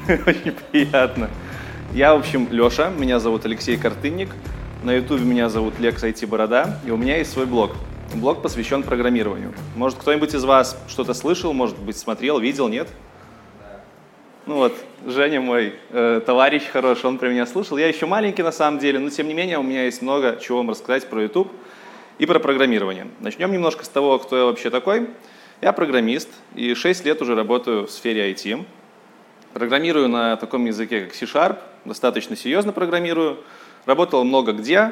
Очень приятно. Я, в общем, Леша, меня зовут Алексей Картынник, на ютубе меня зовут Лекс IT Борода, и у меня есть свой блог. Блог посвящен программированию. Может, кто-нибудь из вас что-то слышал, может быть, смотрел, видел, нет? Ну вот, Женя мой товарищ хороший, он про меня слышал. Я еще маленький на самом деле, но тем не менее у меня есть много чего вам рассказать про YouTube и про программирование. Начнем немножко с того, кто я вообще такой. Я программист и 6 лет уже работаю в сфере IT. Программирую на таком языке, как C#, достаточно серьезно программирую. Работал много где,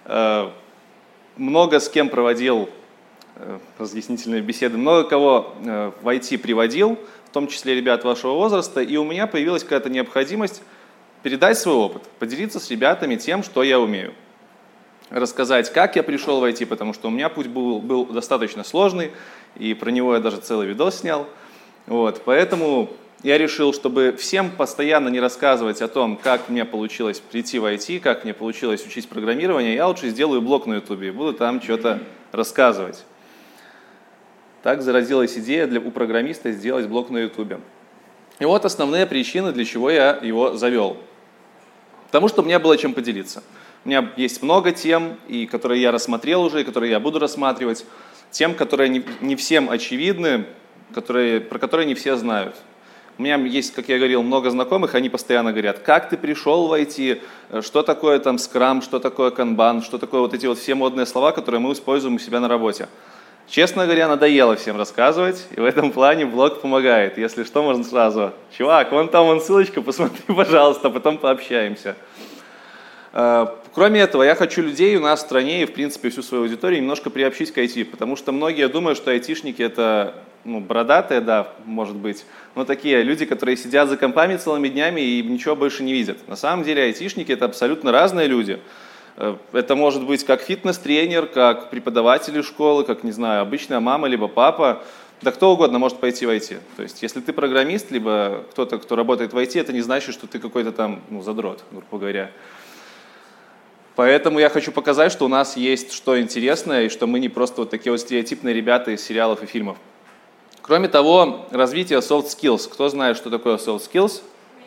много с кем проводил разъяснительные беседы, много кого в IT приводил, в том числе ребят вашего возраста, и у меня появилась какая-то необходимость передать свой опыт, поделиться с ребятами тем, что я умею. Рассказать, как я пришел в IT, потому что у меня путь был достаточно сложный, и про него я даже целый видос снял. Вот, поэтому я решил, чтобы всем постоянно не рассказывать о том, как мне получилось прийти в IT, как мне получилось учить программирование, я лучше сделаю блог на YouTube и буду там что-то рассказывать. Так зародилась идея у программиста сделать блог на YouTube. И вот основные причины, для чего я его завел. Потому что у меня было чем поделиться. У меня есть много тем, которые я рассмотрел уже, и которые я буду рассматривать. Тем, которые не всем очевидны, про которые не все знают. У меня есть, как я говорил, много знакомых, они постоянно говорят, как ты пришел в IT, что такое там Scrum, что такое Kanban, что такое вот эти вот все модные слова, которые мы используем у себя на работе. Честно говоря, надоело всем рассказывать, и в этом плане блог помогает. Если что, можно сразу, чувак, вон там ссылочка, посмотри, пожалуйста, потом пообщаемся. Кроме этого, я хочу людей у нас в стране и, в принципе, всю свою аудиторию немножко приобщить к IT, потому что многие думают, что айтишники — это бородатые, да, может быть, но такие люди, которые сидят за компами целыми днями и ничего больше не видят. На самом деле айтишники — это абсолютно разные люди. Это может быть как фитнес-тренер, как преподаватели школы, как, не знаю, обычная мама, либо папа. Да кто угодно может пойти в IT. То есть, если ты программист, либо кто-то, кто работает в IT, это не значит, что ты какой-то там задрот, грубо говоря. Поэтому я хочу показать, что у нас есть что интересное, и что мы не просто вот такие вот стереотипные ребята из сериалов и фильмов. Кроме того, развитие soft skills. Кто знает, что такое soft skills?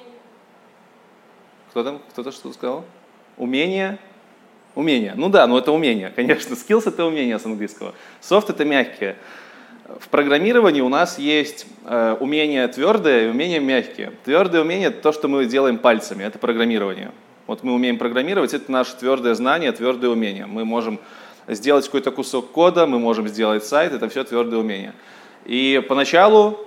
Кто там? Кто-то что-то сказал? Умение? Умение. Ну да, это умение, конечно. Skills — это умение с английского. Soft — это мягкие. В программировании у нас есть умения твердые и умения мягкие. Твердые умения — это то, что мы делаем пальцами, это программирование. Вот мы умеем программировать, это наше твердое знание, твердое умение. Мы можем сделать какой-то кусок кода, мы можем сделать сайт, это все твердые умения. И поначалу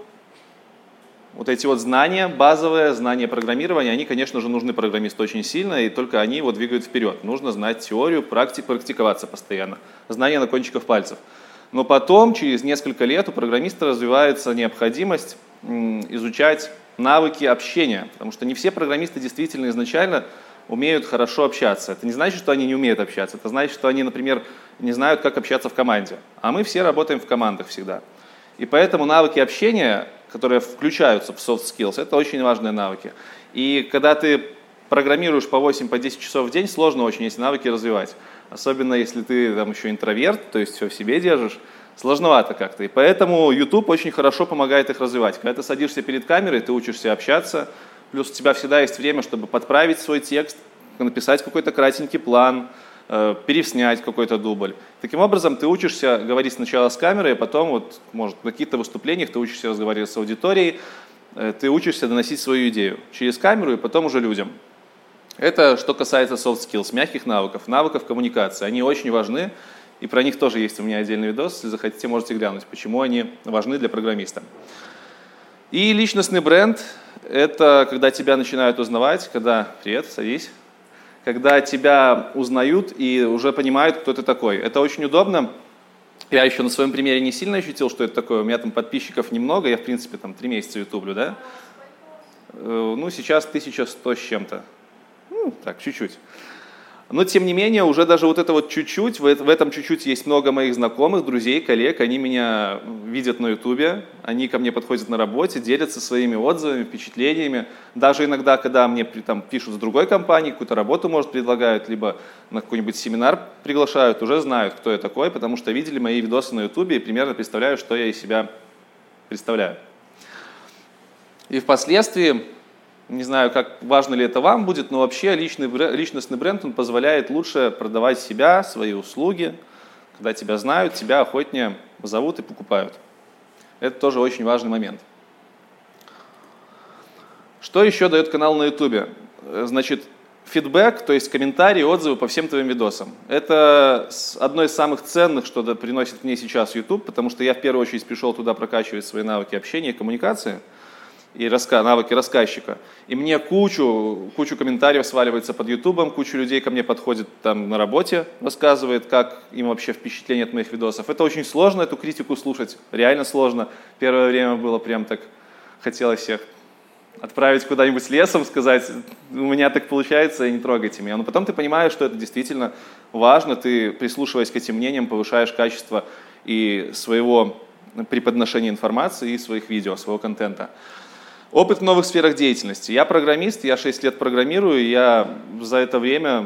вот эти вот знания, базовые знания программирования, они, конечно же, нужны программисту очень сильно, и только они его двигают вперед. Нужно знать теорию, практиковаться постоянно. Знания на кончиках пальцев. Но потом, через несколько лет, у программиста развивается необходимость изучать навыки общения, потому что не все программисты действительно изначально умеют хорошо общаться. Это не значит, что они не умеют общаться, это значит, что они, например, не знают, как общаться в команде. А мы все работаем в командах всегда. И поэтому навыки общения, которые включаются в soft skills, это очень важные навыки. И когда ты программируешь по 8-10 часов в день, сложно очень эти навыки развивать. Особенно если ты там еще интроверт, то есть все в себе держишь, сложновато как-то. И поэтому YouTube очень хорошо помогает их развивать. Когда ты садишься перед камерой, ты учишься общаться, плюс у тебя всегда есть время, чтобы подправить свой текст, написать какой-то кратенький план, переснять какой-то дубль. Таким образом, ты учишься говорить сначала с камерой, а потом, вот, может, на каких-то выступлениях ты учишься разговаривать с аудиторией, ты учишься доносить свою идею через камеру и потом уже людям. Это что касается soft skills, мягких навыков, навыков коммуникации. Они очень важны, и про них тоже есть у меня отдельный видос, если захотите, можете глянуть, почему они важны для программиста. И личностный бренд — это когда тебя начинают узнавать, когда... Привет, садись. Когда тебя узнают и уже понимают, кто ты такой. Это очень удобно. Я еще на своем примере не сильно ощутил, что это такое. У меня там подписчиков немного, я, в принципе, там 3 месяца ютублю, да? Сейчас 1100 с чем-то. Так, чуть-чуть. Но, тем не менее, уже даже вот это вот чуть-чуть, в этом чуть-чуть есть много моих знакомых, друзей, коллег, они меня видят на ютубе, они ко мне подходят на работе, делятся своими отзывами, впечатлениями. Даже иногда, когда мне там пишут с другой компании, какую-то работу, может, предлагают, либо на какой-нибудь семинар приглашают, уже знают, кто я такой, потому что видели мои видосы на ютубе и примерно представляют, что я из себя представляю. И впоследствии Не знаю, как важно ли это вам будет, но вообще личностный бренд, он позволяет лучше продавать себя, свои услуги. Когда тебя знают, тебя охотнее зовут и покупают. Это тоже очень важный момент. Что еще дает канал на YouTube? Значит, фидбэк, то есть комментарии, отзывы по всем твоим видосам. Это одно из самых ценных, что приносит мне сейчас YouTube, потому что я в первую очередь пришел туда прокачивать свои навыки общения и коммуникации и навыки рассказчика. И мне кучу комментариев сваливается под YouTube, кучу людей ко мне подходит там на работе, рассказывает, как им вообще впечатление от моих видосов. Это очень сложно, эту критику слушать, реально сложно. Первое время было прям так, хотелось всех отправить куда-нибудь лесом, сказать, у меня так получается, не трогайте меня. Но потом ты понимаешь, что это действительно важно, ты, прислушиваясь к этим мнениям, повышаешь качество и своего преподношения информации, и своих видео, своего контента. Опыт в новых сферах деятельности. Я программист, я 6 лет программирую, и я за это время,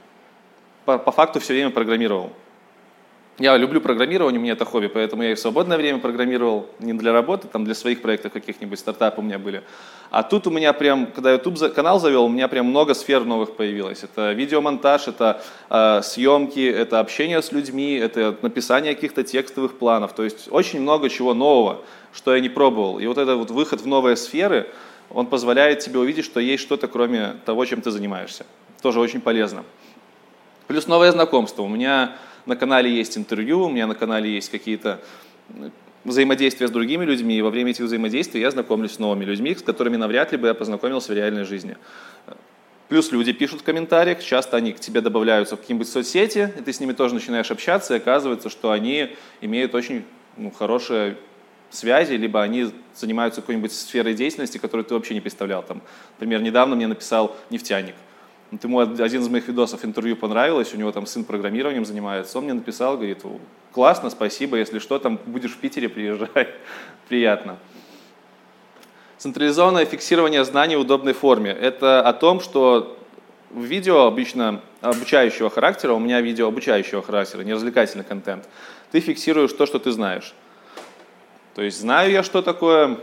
по факту все время программировал. Я люблю программирование, у меня это хобби, поэтому я и в свободное время программировал, не для работы, там для своих проектов каких-нибудь, стартапы у меня были. А тут у меня прям, когда YouTube-канал завел, у меня прям много сфер новых появилось. Это видеомонтаж, это съемки, это общение с людьми, это написание каких-то текстовых планов. То есть очень много чего нового, что я не пробовал. И вот этот вот выход в новые сферы, он позволяет тебе увидеть, что есть что-то, кроме того, чем ты занимаешься. Тоже очень полезно. Плюс новое знакомство. У меня на канале есть интервью, у меня на канале есть какие-то взаимодействия с другими людьми, и во время этих взаимодействий я знакомлюсь с новыми людьми, с которыми навряд ли бы я познакомился в реальной жизни. Плюс люди пишут в комментариях, часто они к тебе добавляются в какие-нибудь соцсети, и ты с ними тоже начинаешь общаться, и оказывается, что они имеют очень хорошие связи, либо они занимаются какой-нибудь сферой деятельности, которую ты вообще не представлял. Там, например, недавно мне написал нефтяник. Вот ему один из моих видосов интервью понравилось, у него там сын программированием занимается, он мне написал, говорит, классно, спасибо, если что, там будешь в Питере, приезжай, приятно. Централизованное фиксирование знаний в удобной форме. Это о том, что в видео обычно обучающего характера, у меня видео обучающего характера, не развлекательный контент, ты фиксируешь то, что ты знаешь. То есть знаю я, что такое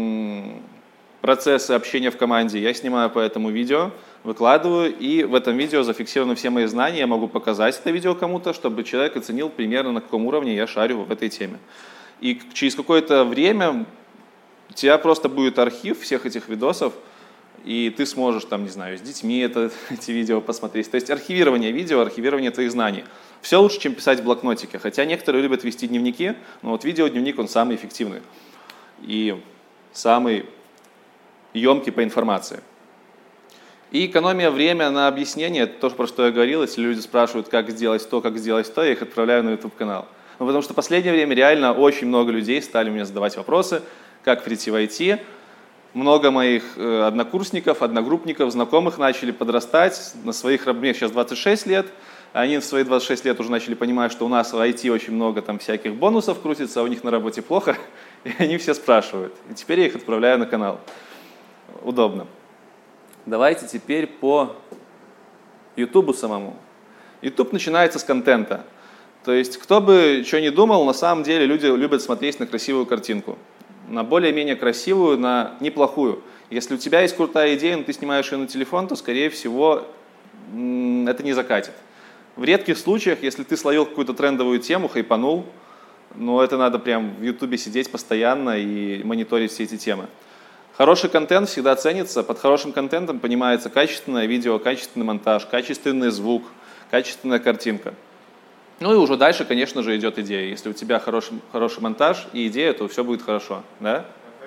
процессы общения в команде, я снимаю по этому видео, выкладываю, и в этом видео зафиксированы все мои знания, я могу показать это видео кому-то, чтобы человек оценил примерно, на каком уровне я шарю в этой теме. И через какое-то время у тебя просто будет архив всех этих видосов, и ты сможешь, там, не знаю, с детьми эти видео посмотреть. То есть архивирование видео, архивирование твоих знаний. Все лучше, чем писать в блокнотике. Хотя некоторые любят вести дневники, но вот видеодневник, он самый эффективный и самый емкий по информации. И экономия времени на объяснение, это то, про что я говорил, если люди спрашивают, как сделать то, я их отправляю на YouTube-канал. Потому что в последнее время реально очень много людей стали мне задавать вопросы, как прийти в IT. Много моих однокурсников, одногруппников, знакомых начали подрастать. Мне сейчас 26 лет, они в свои 26 лет уже начали понимать, что у нас в IT очень много там всяких бонусов крутится, а у них на работе плохо, и они все спрашивают. И теперь я их отправляю на канал. Удобно. Давайте теперь по YouTube самому. YouTube начинается с контента. То есть, кто бы что ни думал, на самом деле люди любят смотреть на красивую картинку. На более-менее красивую, на неплохую. Если у тебя есть крутая идея, но ты снимаешь ее на телефон, то, скорее всего, это не закатит. В редких случаях, если ты словил какую-то трендовую тему, хайпанул, но это надо прям в YouTube сидеть постоянно и мониторить все эти темы. Хороший контент всегда ценится. Под хорошим контентом понимается качественное видео, качественный монтаж, качественный звук, качественная картинка. Ну и уже дальше, конечно же, идет идея. Если у тебя хороший монтаж и идея, то все будет хорошо. Да?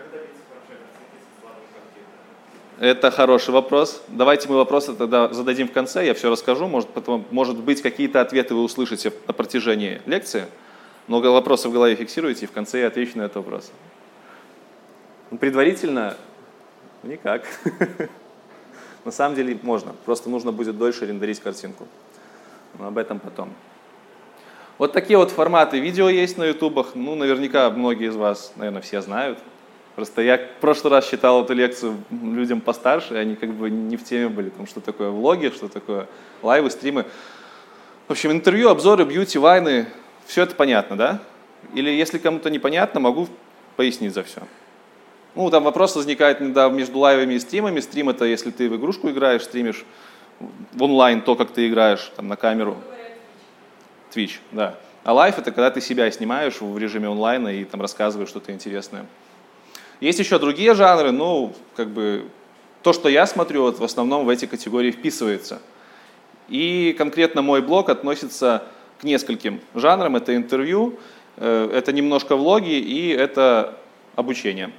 Это хороший вопрос. Давайте мы вопросы тогда зададим в конце, я все расскажу. Может быть, какие-то ответы вы услышите на протяжении лекции. Но вопросы в голове фиксируйте, и в конце я отвечу на этот вопрос. Предварительно никак. На самом деле можно, просто нужно будет дольше рендерить картинку. Но об этом потом. Вот такие вот форматы видео есть на ютубах. Ну, наверняка многие из вас, наверное, все знают. Просто я в прошлый раз читал эту лекцию людям постарше, и они как бы не в теме были. Там, что такое влоги, что такое лайвы, стримы. В общем, интервью, обзоры, бьюти, вайны. Все это понятно, да? Или если кому-то непонятно, могу пояснить за все. Ну, там вопрос возникает иногда между лайвами и стримами. Стрим — это если ты в игрушку играешь, стримишь в онлайн то, как ты играешь там, на камеру. Twitch, да. А лайв — это когда ты себя снимаешь в режиме онлайна и там рассказываешь что-то интересное. Есть еще другие жанры, ну, как бы то, что я смотрю, вот в основном в эти категории вписывается. И конкретно мой блог относится к нескольким жанрам. Это интервью, это немножко влоги и это обучение.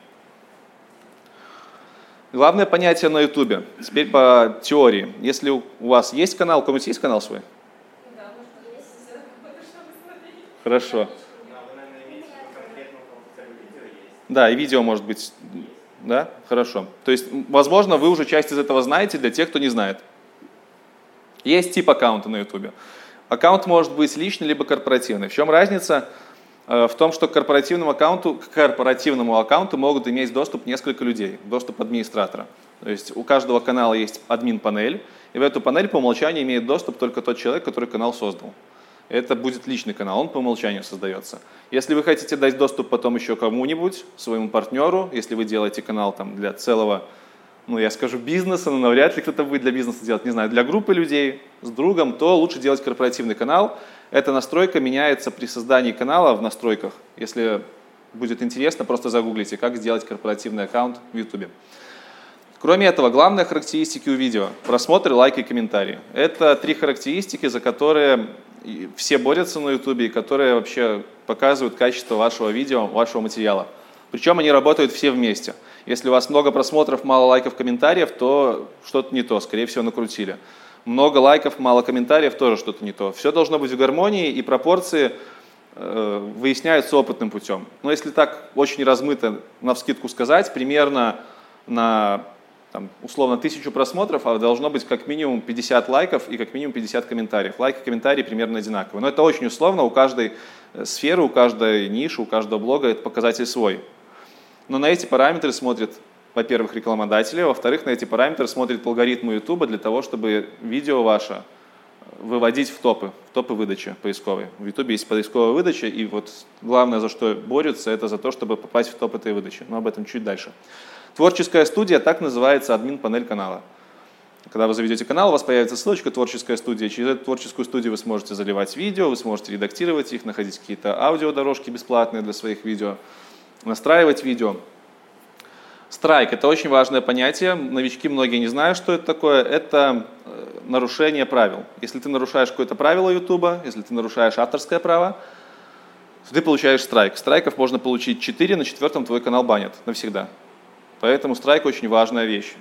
Главное понятие на YouTube. Теперь по теории. Если у вас есть канал, у кого-нибудь есть канал свой? Да, может, есть, чтобы смотреть. Хорошо. Да, и видео может быть. Да? Хорошо. То есть, возможно, вы уже часть из этого знаете для тех, кто не знает. Есть тип аккаунта на YouTube. Аккаунт может быть личный либо корпоративный. В чем разница? В том, что к корпоративному аккаунту могут иметь доступ несколько людей, доступ администратора. То есть у каждого канала есть админ-панель, и в эту панель по умолчанию имеет доступ только тот человек, который канал создал. Это будет личный канал, он по умолчанию создается. Если вы хотите дать доступ потом еще кому-нибудь, своему партнеру, если вы делаете канал там, для целого, ну я скажу бизнеса, но навряд ли кто-то будет для бизнеса делать, не знаю, для группы людей с другом, то лучше делать корпоративный канал. Эта настройка меняется при создании канала в настройках. Если будет интересно, просто загуглите, как сделать корпоративный аккаунт в YouTube. Кроме этого, главные характеристики у видео – просмотры, лайки и комментарии. Это 3 характеристики, за которые все борются на YouTube и которые вообще показывают качество вашего видео, вашего материала. Причем они работают все вместе. Если у вас много просмотров, мало лайков, комментариев, то что-то не то, скорее всего, накрутили. Много лайков, мало комментариев, тоже что-то не то. Все должно быть в гармонии, и пропорции выясняются опытным путем. Но если так очень размыто навскидку сказать, примерно на там, условно 1000 просмотров, а должно быть как минимум 50 лайков и как минимум 50 комментариев. Лайки и комментарии примерно одинаковые. Но это очень условно, у каждой сферы, у каждой ниши, у каждого блога это показатель свой. Но на эти параметры смотрят, во-первых, рекламодатели, во-вторых, на эти параметры смотрят алгоритмы YouTube для того, чтобы видео ваше выводить в топы выдачи поисковой. В YouTube есть поисковая выдача, и вот главное, за что борются, это за то, чтобы попасть в топ этой выдачи. Но об этом чуть дальше. Творческая студия, так называется админ-панель канала. Когда вы заведете канал, у вас появится ссылочка «Творческая студия». Через эту творческую студию вы сможете заливать видео, вы сможете редактировать их, находить какие-то аудиодорожки бесплатные для своих видео, настраивать видео. Страйк – это очень важное понятие. Новички многие не знают, что это такое. Это нарушение правил. Если ты нарушаешь какое-то правило YouTube, если ты нарушаешь авторское право, то ты получаешь страйк. Страйков можно получить 4, на 4-м твой канал банят навсегда. Поэтому страйк очень важная вещь.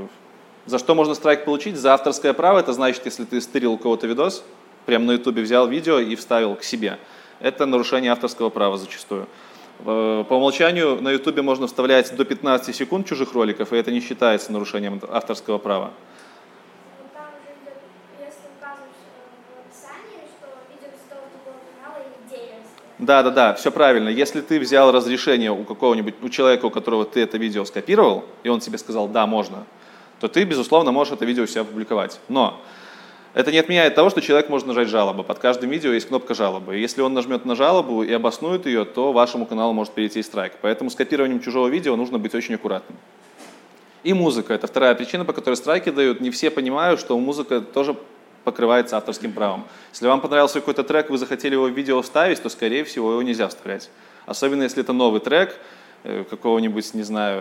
За что можно страйк получить? За авторское право. Это значит, если ты стырил у кого-то видос, прямо на YouTube взял видео и вставил к себе. Это нарушение авторского права зачастую. По умолчанию на YouTube можно вставлять до 15 секунд чужих роликов, и это не считается нарушением авторского права. Там же идет, если указываешь в описании, что видео с того другого канала или идея. Да, все правильно. Если ты взял разрешение у человека, у которого ты это видео скопировал, и он тебе сказал «да, можно», то ты, безусловно, можешь это видео у себя опубликовать. Но это не отменяет того, что человек может нажать жалобу. Под каждым видео есть кнопка жалобы. И если он нажмет на жалобу и обоснует ее, то вашему каналу может перейти страйк. Поэтому с копированием чужого видео нужно быть очень аккуратным. И музыка. Это вторая причина, по которой страйки дают. Не все понимают, что музыка тоже покрывается авторским правом. Если вам понравился какой-то трек, вы захотели его в видео вставить, то, скорее всего, его нельзя вставлять. Особенно, если это новый трек какого-нибудь, не знаю,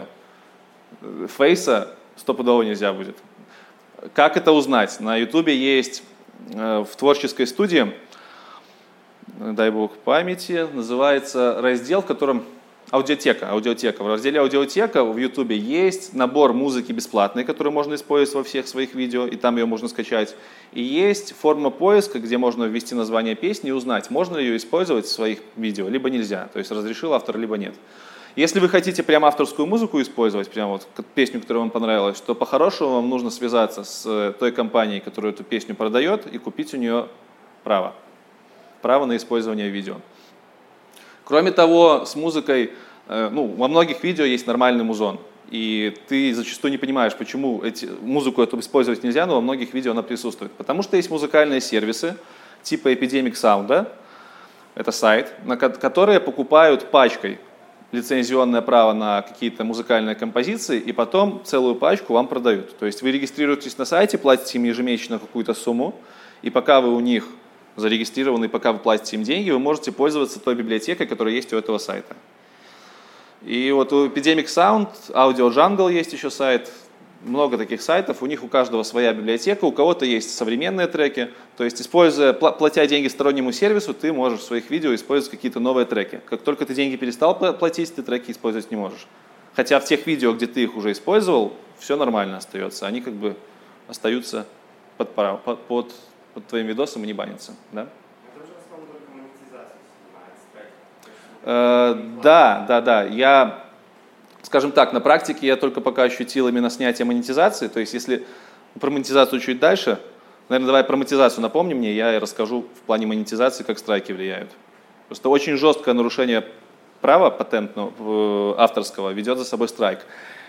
Фейса, стопудово нельзя будет. Как это узнать? На YouTube есть в творческой студии, дай бог памяти, называется раздел, в котором аудиотека. В разделе аудиотека в YouTube есть набор музыки бесплатной, который можно использовать во всех своих видео, и там ее можно скачать. И есть форма поиска, где можно ввести название песни и узнать, можно ли ее использовать в своих видео, либо нельзя. То есть разрешил автор, либо нет. Если вы хотите прямо авторскую музыку использовать, прямо вот песню, которая вам понравилась, то по-хорошему вам нужно связаться с той компанией, которая эту песню продает, и купить у нее право на использование видео. Кроме того, с музыкой, во многих видео есть нормальный музон, и ты зачастую не понимаешь, почему музыку эту использовать нельзя, но во многих видео она присутствует. Потому что есть музыкальные сервисы типа Epidemic Sound, это сайт, которые покупают пачкой лицензионное право на какие-то музыкальные композиции, и потом целую пачку вам продают. То есть вы регистрируетесь на сайте, платите им ежемесячно какую-то сумму, и пока вы у них зарегистрированы, пока вы платите им деньги, вы можете пользоваться той библиотекой, которая есть у этого сайта. И вот у Epidemic Sound, Audio Jungle есть еще сайт, много таких сайтов, у них у каждого своя библиотека, у кого-то есть современные треки, то есть используя, платя деньги стороннему сервису, ты можешь в своих видео использовать какие-то новые треки. Как только ты деньги перестал платить, ты треки использовать не можешь. Хотя в тех видео, где ты их уже использовал, все нормально остается, они как бы остаются под твоим видосом и не банятся. Да? Да. Я, скажем так, на практике я только пока ощутил именно снятие монетизации. То есть если про монетизацию чуть дальше, наверное, давай про монетизацию напомни мне, я и расскажу в плане монетизации, как страйки влияют. Просто очень жесткое нарушение права патентного, авторского ведет за собой страйк.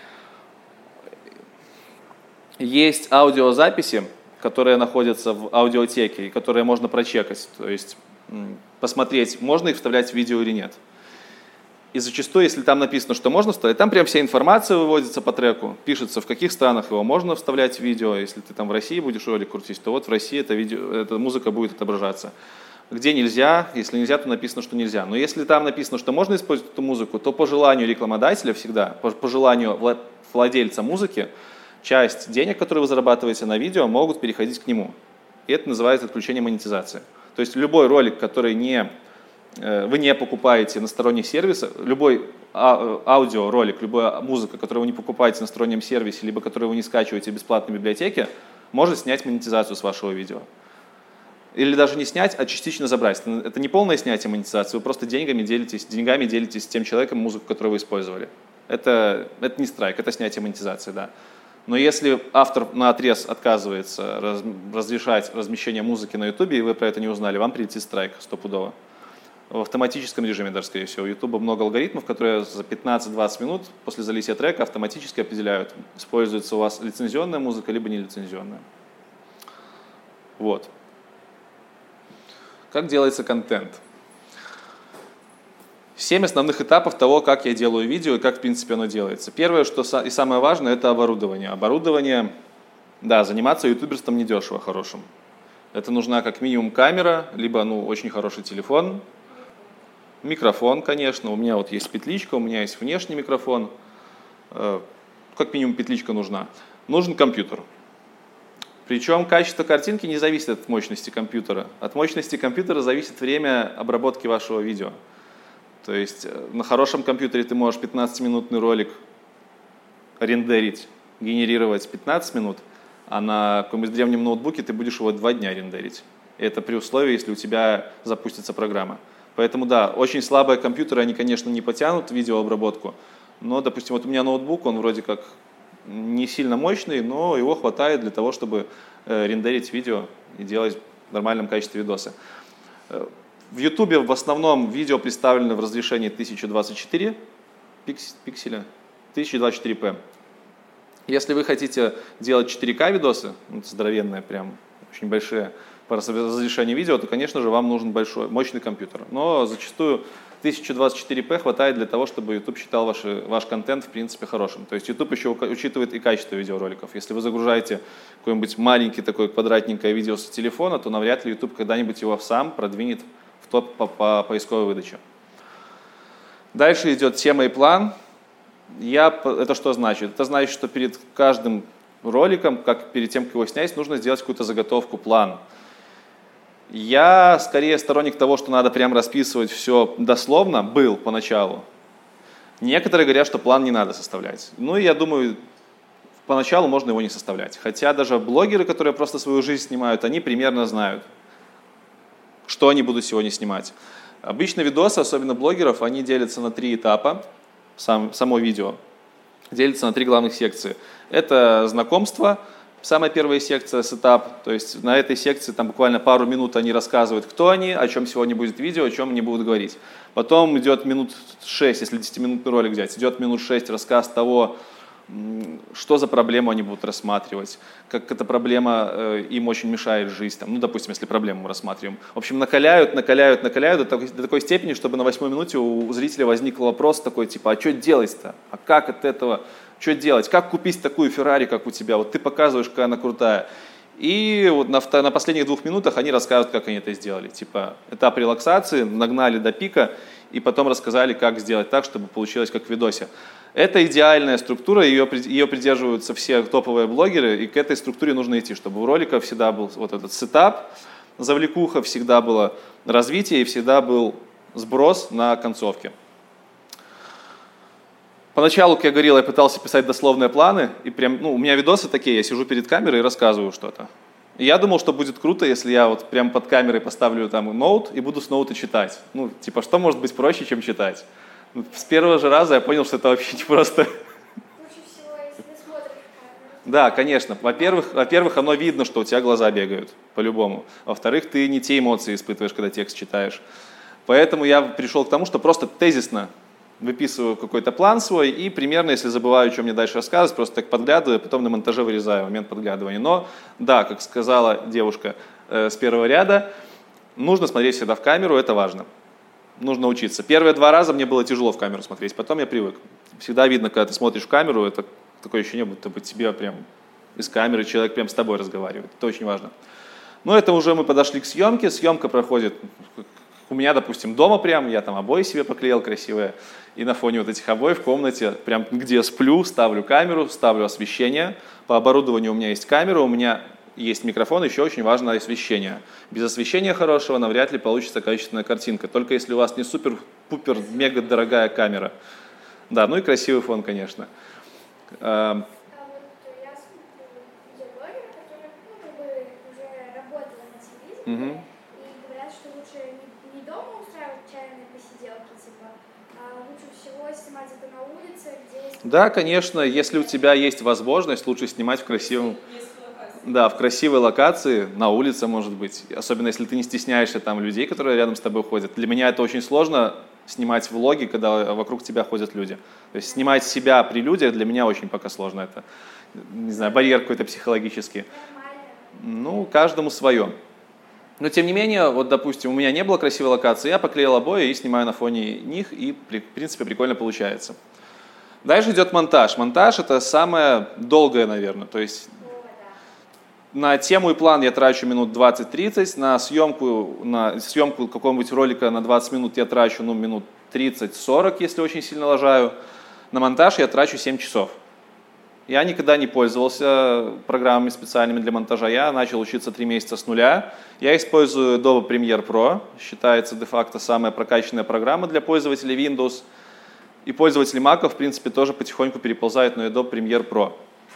Есть аудиозаписи, которые находятся в аудиотеке и которые можно прочекать, то есть посмотреть, можно их вставлять в видео или нет. И зачастую, если там написано, что можно вставлять, там прям вся информация выводится по треку, пишется, в каких странах его можно вставлять в видео. Если ты там в России будешь ролик крутить, то вот в России эта музыка будет отображаться. Где нельзя, если нельзя, то написано, что нельзя. Но если там написано, что можно использовать эту музыку, то по желанию рекламодателя всегда, по желанию владельца музыки, часть денег, которые вы зарабатываете на видео, могут переходить к нему. И это называется отключение монетизации. То есть любой ролик, который вы не покупаете на сторонних сервисах, любой аудиоролик, любая музыка, которую вы не покупаете на стороннем сервисе, либо которую вы не скачиваете в бесплатной библиотеке, может снять монетизацию с вашего видео. Или даже не снять, а частично забрать. Это не полное снятие монетизации, вы просто деньгами делитесь с тем человеком музыку, которую вы использовали. Это не страйк, это снятие монетизации, да. Но если автор наотрез отказывается разрешать размещение музыки на YouTube, и вы про это не узнали, вам прилетит страйк стопудово. В автоматическом режиме даже, скорее всего. У YouTube много алгоритмов, которые за 15-20 минут после залития трека автоматически определяют, используется у вас лицензионная музыка, либо нелицензионная. Вот. Как делается контент? 7 основных этапов того, как я делаю видео и как, в принципе, оно делается. Первое, что и самое важное, это оборудование. Оборудование, да, заниматься ютуберством недешево хорошим. Это нужна как минимум камера, либо очень хороший телефон, микрофон, конечно. У меня вот есть петличка, у меня есть внешний микрофон. Как минимум петличка нужна. Нужен компьютер. Причем качество картинки не зависит от мощности компьютера. От мощности компьютера зависит время обработки вашего видео. То есть на хорошем компьютере ты можешь 15-минутный ролик рендерить, генерировать 15 минут, а на каком-нибудь древнем ноутбуке ты будешь его 2 дня рендерить. И это при условии, если у тебя запустится программа. Поэтому да, очень слабые компьютеры, они, конечно, не потянут видеообработку, но, допустим, вот у меня ноутбук, он вроде как не сильно мощный, но его хватает для того, чтобы рендерить видео и делать в нормальном качестве видосы. В YouTube в основном видео представлены в разрешении 1024 пикселя, 1024p. Если вы хотите делать 4К видосы, здоровенные, прям очень большие по разрешению видео, то, конечно же, вам нужен большой, мощный компьютер. Но зачастую 1024p хватает для того, чтобы YouTube считал ваш контент, в принципе, хорошим. То есть YouTube еще учитывает и качество видеороликов. Если вы загружаете какой-нибудь маленький такой квадратненькое видео с телефона, то навряд ли YouTube когда-нибудь его сам продвинет в топ по поисковой выдаче. Дальше идет тема и план. Это что значит? Это значит, что перед каждым роликом, как перед тем, как его снять, нужно сделать какую-то заготовку, план. Я скорее сторонник того, что надо прям расписывать все дословно, был поначалу. Некоторые говорят, что план не надо составлять. Ну и я думаю, поначалу можно его не составлять. Хотя даже блогеры, которые просто свою жизнь снимают, они примерно знают, что они будут сегодня снимать. Обычно видосы, особенно блогеров, они делятся на 3 этапа. Само видео делится на 3 главных секции. Это знакомство, самая первая секция, сетап. То есть на этой секции там буквально пару минут они рассказывают, кто они, о чем сегодня будет видео, о чем они будут говорить. Потом идет минут 6, если 10-минутный ролик взять, идет минут 6 рассказ того, что за проблему они будут рассматривать, как эта проблема им очень мешает жизнь, там, ну, допустим, если проблему мы рассматриваем. В общем, накаляют до такой степени, чтобы на 8-й минуте у зрителя возник вопрос такой, типа, а что делать-то? А как от этого, что делать? Как купить такую Феррари, как у тебя? Вот ты показываешь, какая она крутая. И вот на последних 2 минутах они рассказывают, как они это сделали. Типа, этап релаксации, нагнали до пика, и потом рассказали, как сделать так, чтобы получилось как в видосе. Это идеальная структура, ее придерживаются все топовые блогеры, и к этой структуре нужно идти, чтобы у ролика всегда был вот этот сетап, завлекуха, всегда было развитие и всегда был сброс на концовке. Поначалу, как я говорил, я пытался писать дословные планы, и прям, у меня видосы такие, я сижу перед камерой и рассказываю что-то. И я думал, что будет круто, если я вот прям под камерой поставлю там ноут и буду с ноута читать. Ну, типа, что может быть проще, чем читать? С первого же раза я понял, что это вообще не просто. Лучше всего, если ты смотришь камеру. Да, конечно. Во-первых, оно видно, что у тебя глаза бегают, по-любому. Во-вторых, ты не те эмоции испытываешь, когда текст читаешь. Поэтому я пришел к тому, что просто тезисно выписываю какой-то план свой и примерно, если забываю, что мне дальше рассказывать, просто так подглядываю, потом на монтаже вырезаю момент подглядывания. Но да, как сказала девушка с первого ряда, нужно смотреть всегда в камеру, это важно. Нужно учиться. Первые 2 раза мне было тяжело в камеру смотреть, потом я привык. Всегда видно, когда ты смотришь в камеру, это такое ощущение, будто бы тебе прям из камеры человек прям с тобой разговаривает. Это очень важно. Но это уже мы подошли к съемке. Съемка проходит у меня, допустим, дома прям, я там обои себе поклеил красивые, и на фоне вот этих обоев в комнате, прям где я сплю, ставлю камеру, ставлю освещение. По оборудованию у меня есть камера, у меня есть микрофон, еще очень важно освещение. Без освещения хорошего навряд ли получится качественная картинка, только если у вас не супер-пупер мега дорогая камера. Да, ну и красивый фон, конечно. А вот я смотрю видеоблогера, который как бы уже работал на телевизоре, и говорят, что лучше не дома устраивать чайные посиделки, типа, а лучше всего снимать это на улице, где есть... Да, конечно, если у тебя есть возможность, лучше снимать в красивой локации, на улице, может быть. Особенно, если ты не стесняешься там людей, которые рядом с тобой ходят. Для меня это очень сложно снимать влоги, когда вокруг тебя ходят люди. То есть снимать себя при людях для меня очень пока сложно. Это, не знаю, барьер какой-то психологический. Ну, каждому свое. Но, тем не менее, вот, допустим, у меня не было красивой локации, я поклеил обои и снимаю на фоне них, и, в принципе, прикольно получается. Дальше идет монтаж. Монтаж – это самое долгое, наверное. То есть на тему и план я трачу минут 20-30, на съемку какого-нибудь ролика на 20 минут я трачу минут 30-40, если очень сильно лажаю. На монтаж я трачу 7 часов. Я никогда не пользовался программами специальными для монтажа. Я начал учиться 3 месяца с нуля. Я использую Adobe Premiere Pro. Считается де-факто самая прокачанная программа для пользователей Windows. И пользователи Mac, в принципе, тоже потихоньку переползают на Adobe Premiere Pro.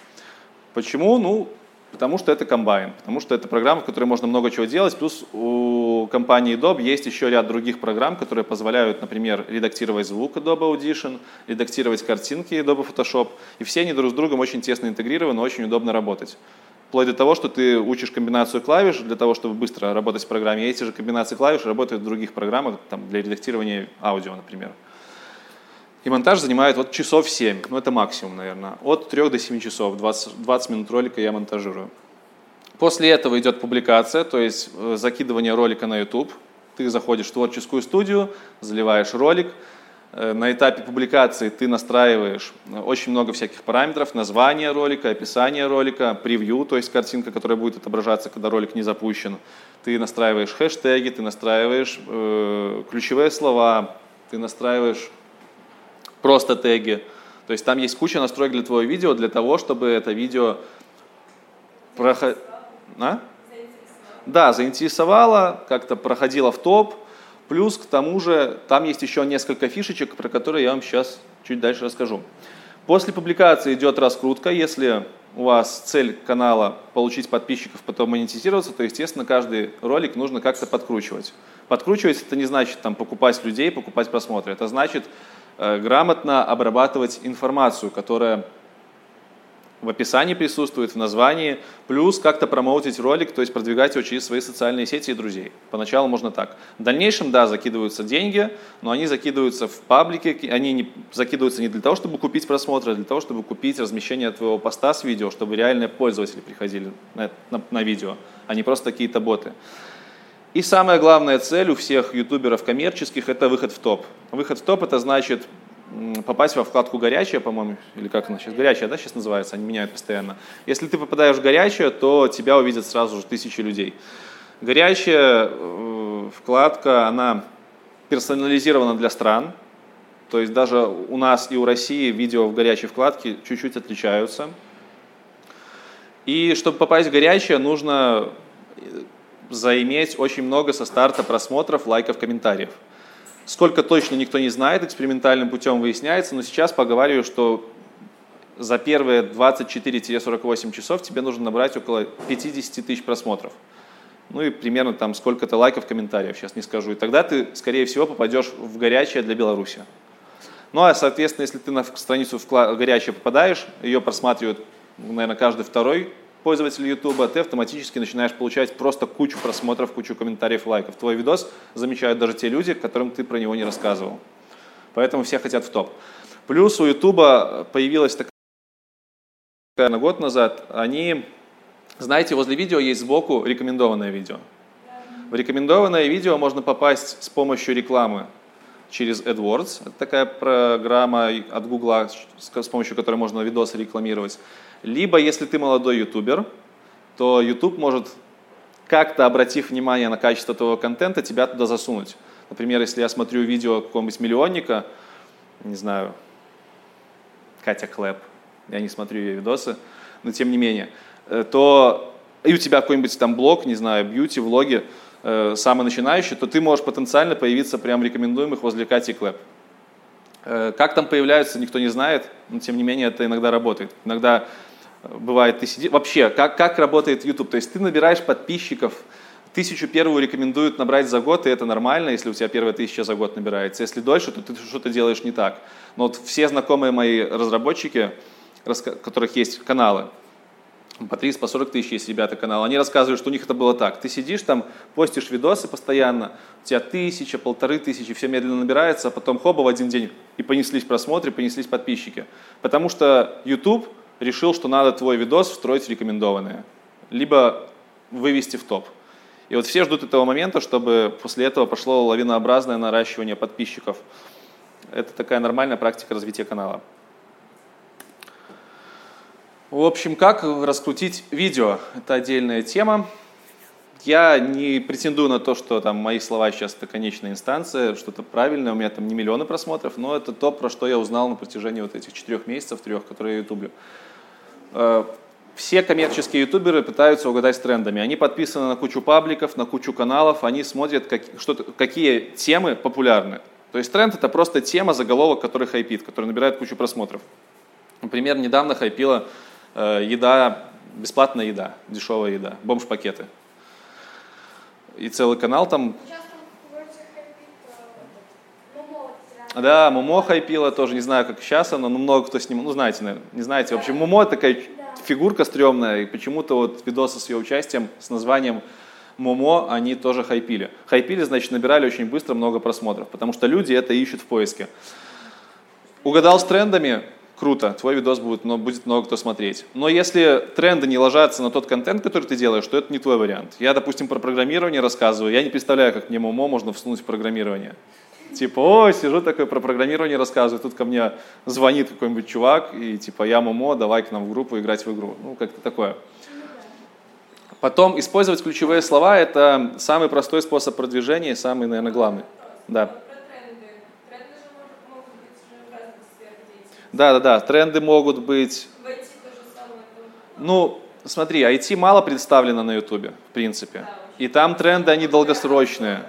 Почему? Потому что это комбайн, потому что это программа, в которой можно много чего делать, плюс у компании Adobe есть еще ряд других программ, которые позволяют, например, редактировать звук Adobe Audition, редактировать картинки Adobe Photoshop, и все они друг с другом очень тесно интегрированы, очень удобно работать. Вплоть до того, что ты учишь комбинацию клавиш для того, чтобы быстро работать в программе, и эти же комбинации клавиш работают в других программах, там, для редактирования аудио, например. И монтаж занимает вот часов 7, это максимум, наверное. От 3 до 7 часов, 20 минут ролика я монтажирую. После этого идет публикация, то есть закидывание ролика на YouTube. Ты заходишь в творческую студию, заливаешь ролик. На этапе публикации ты настраиваешь очень много всяких параметров, название ролика, описание ролика, превью, то есть картинка, которая будет отображаться, когда ролик не запущен. Ты настраиваешь хэштеги, ты настраиваешь ключевые слова, ты настраиваешь просто теги. То есть там есть куча настроек для твоего видео, для того, чтобы это видео заинтересовало, как-то проходило в топ. Плюс к тому же там есть еще несколько фишечек, про которые я вам сейчас чуть дальше расскажу. После публикации идет раскрутка. Если у вас цель канала получить подписчиков, потом монетизироваться, то, естественно, каждый ролик нужно как-то подкручивать. Подкручивать это не значит покупать людей, покупать просмотры. Это значит грамотно обрабатывать информацию, которая в описании присутствует, в названии, плюс как-то промоутить ролик, то есть продвигать его через свои социальные сети и друзей. Поначалу можно так. В дальнейшем, да, закидываются деньги, но они закидываются в паблики, они закидываются не для того, чтобы купить просмотры, а для того, чтобы купить размещение твоего поста с видео, чтобы реальные пользователи приходили на видео, а не просто какие-то боты. И самая главная цель у всех ютуберов коммерческих – это выход в топ. Выход в топ – это значит попасть во вкладку «Горячая», по-моему, или как она сейчас, «Горячая», да, сейчас называется, они меняют постоянно. Если ты попадаешь в «Горячую», то тебя увидят сразу же тысячи людей. «Горячая» вкладка, она персонализирована для стран, то есть даже у нас и у России видео в «Горячей» вкладке чуть-чуть отличаются. И чтобы попасть в «Горячую», нужно заиметь очень много со старта просмотров, лайков, комментариев. Сколько точно никто не знает, экспериментальным путем выясняется, но сейчас поговариваю, что за первые 24-48 часов тебе нужно набрать около 50 тысяч просмотров. Ну и примерно там сколько-то лайков, комментариев, сейчас не скажу. И тогда ты, скорее всего, попадешь в «Горячее» для Беларуси. Ну а, соответственно, если ты на страницу «Горячее» попадаешь, ее просматривают, наверное, каждый второй пользователь YouTube, ты автоматически начинаешь получать просто кучу просмотров, кучу комментариев, лайков. Твой видос замечают даже те люди, которым ты про него не рассказывал. Поэтому все хотят в топ. Плюс у YouTube появилась такая год назад, они, знаете, возле видео есть сбоку рекомендованное видео. В рекомендованное видео можно попасть с помощью рекламы через AdWords. Это такая программа от Google, с помощью которой можно видосы рекламировать. Либо, если ты молодой ютубер, то YouTube может, как-то обратив внимание на качество твоего контента, тебя туда засунуть. Например, если я смотрю видео какого-нибудь миллионника, не знаю, Катя Клэп, я не смотрю ее видосы, но тем не менее, то и у тебя какой-нибудь там блог, не знаю, бьюти, влоги, самый начинающий, то ты можешь потенциально появиться прям рекомендуемых возле Кати Клэп. Как там появляются, никто не знает, но тем не менее это иногда работает. Иногда бывает, ты сидишь... Вообще, как работает YouTube? То есть ты набираешь подписчиков, 1000 первую рекомендуют набрать за год, и это нормально, если у тебя первая 1000 за год набирается. Если дольше, то ты что-то делаешь не так. Но вот все знакомые мои разработчики, у которых есть каналы, по 30, по 40 тысяч есть ребята канал, они рассказывают, что у них это было так. Ты сидишь там, постишь видосы постоянно, у тебя 1000, 1500, все медленно набирается, а потом хоба в один день и понеслись просмотры, понеслись подписчики. Потому что YouTube решил, что надо твой видос встроить в рекомендованные, либо вывести в топ. И вот все ждут этого момента, чтобы после этого пошло лавинообразное наращивание подписчиков. Это такая нормальная практика развития канала. В общем, как раскрутить видео? Это отдельная тема. Я не претендую на то, что там мои слова сейчас это конечная инстанция, что-то правильное, у меня там не миллионы просмотров, но это то, про что я узнал на протяжении вот этих 4 месяцев, 3, которые я ютублю. Все коммерческие ютуберы пытаются угадать с трендами. Они подписаны на кучу пабликов, на кучу каналов, они смотрят, какие темы популярны. То есть тренд — это просто тема, заголовок, который хайпит, который набирает кучу просмотров. Например, недавно хайпила еда, бесплатная еда, дешевая еда, бомж-пакеты. И целый канал там... Да, Момо хайпила, тоже не знаю, как сейчас оно, но много кто с ним, ну знаете, наверное, не знаете. В общем, Момо такая фигурка стрёмная, и почему-то вот видосы с ее участием, с названием Момо, они тоже хайпили. Хайпили, значит, набирали очень быстро много просмотров, потому что люди это ищут в поиске. Угадал с трендами? Круто, твой видос будет много кто смотреть. Но если тренды не ложатся на тот контент, который ты делаешь, то это не твой вариант. Я, допустим, про программирование рассказываю, я не представляю, как мне Момо можно всунуть в программирование. Типа, ой, сижу такой, про программирование рассказываю, тут ко мне звонит какой-нибудь чувак, и типа, я Момо, давай к нам в группу играть в игру. Ну, как-то такое. Потом, использовать ключевые слова – это самый простой способ продвижения и самый, наверное, главный. Да. Да, тренды могут быть. Ну, смотри, IT мало представлено на YouTube, в принципе. И там тренды, они долгосрочные.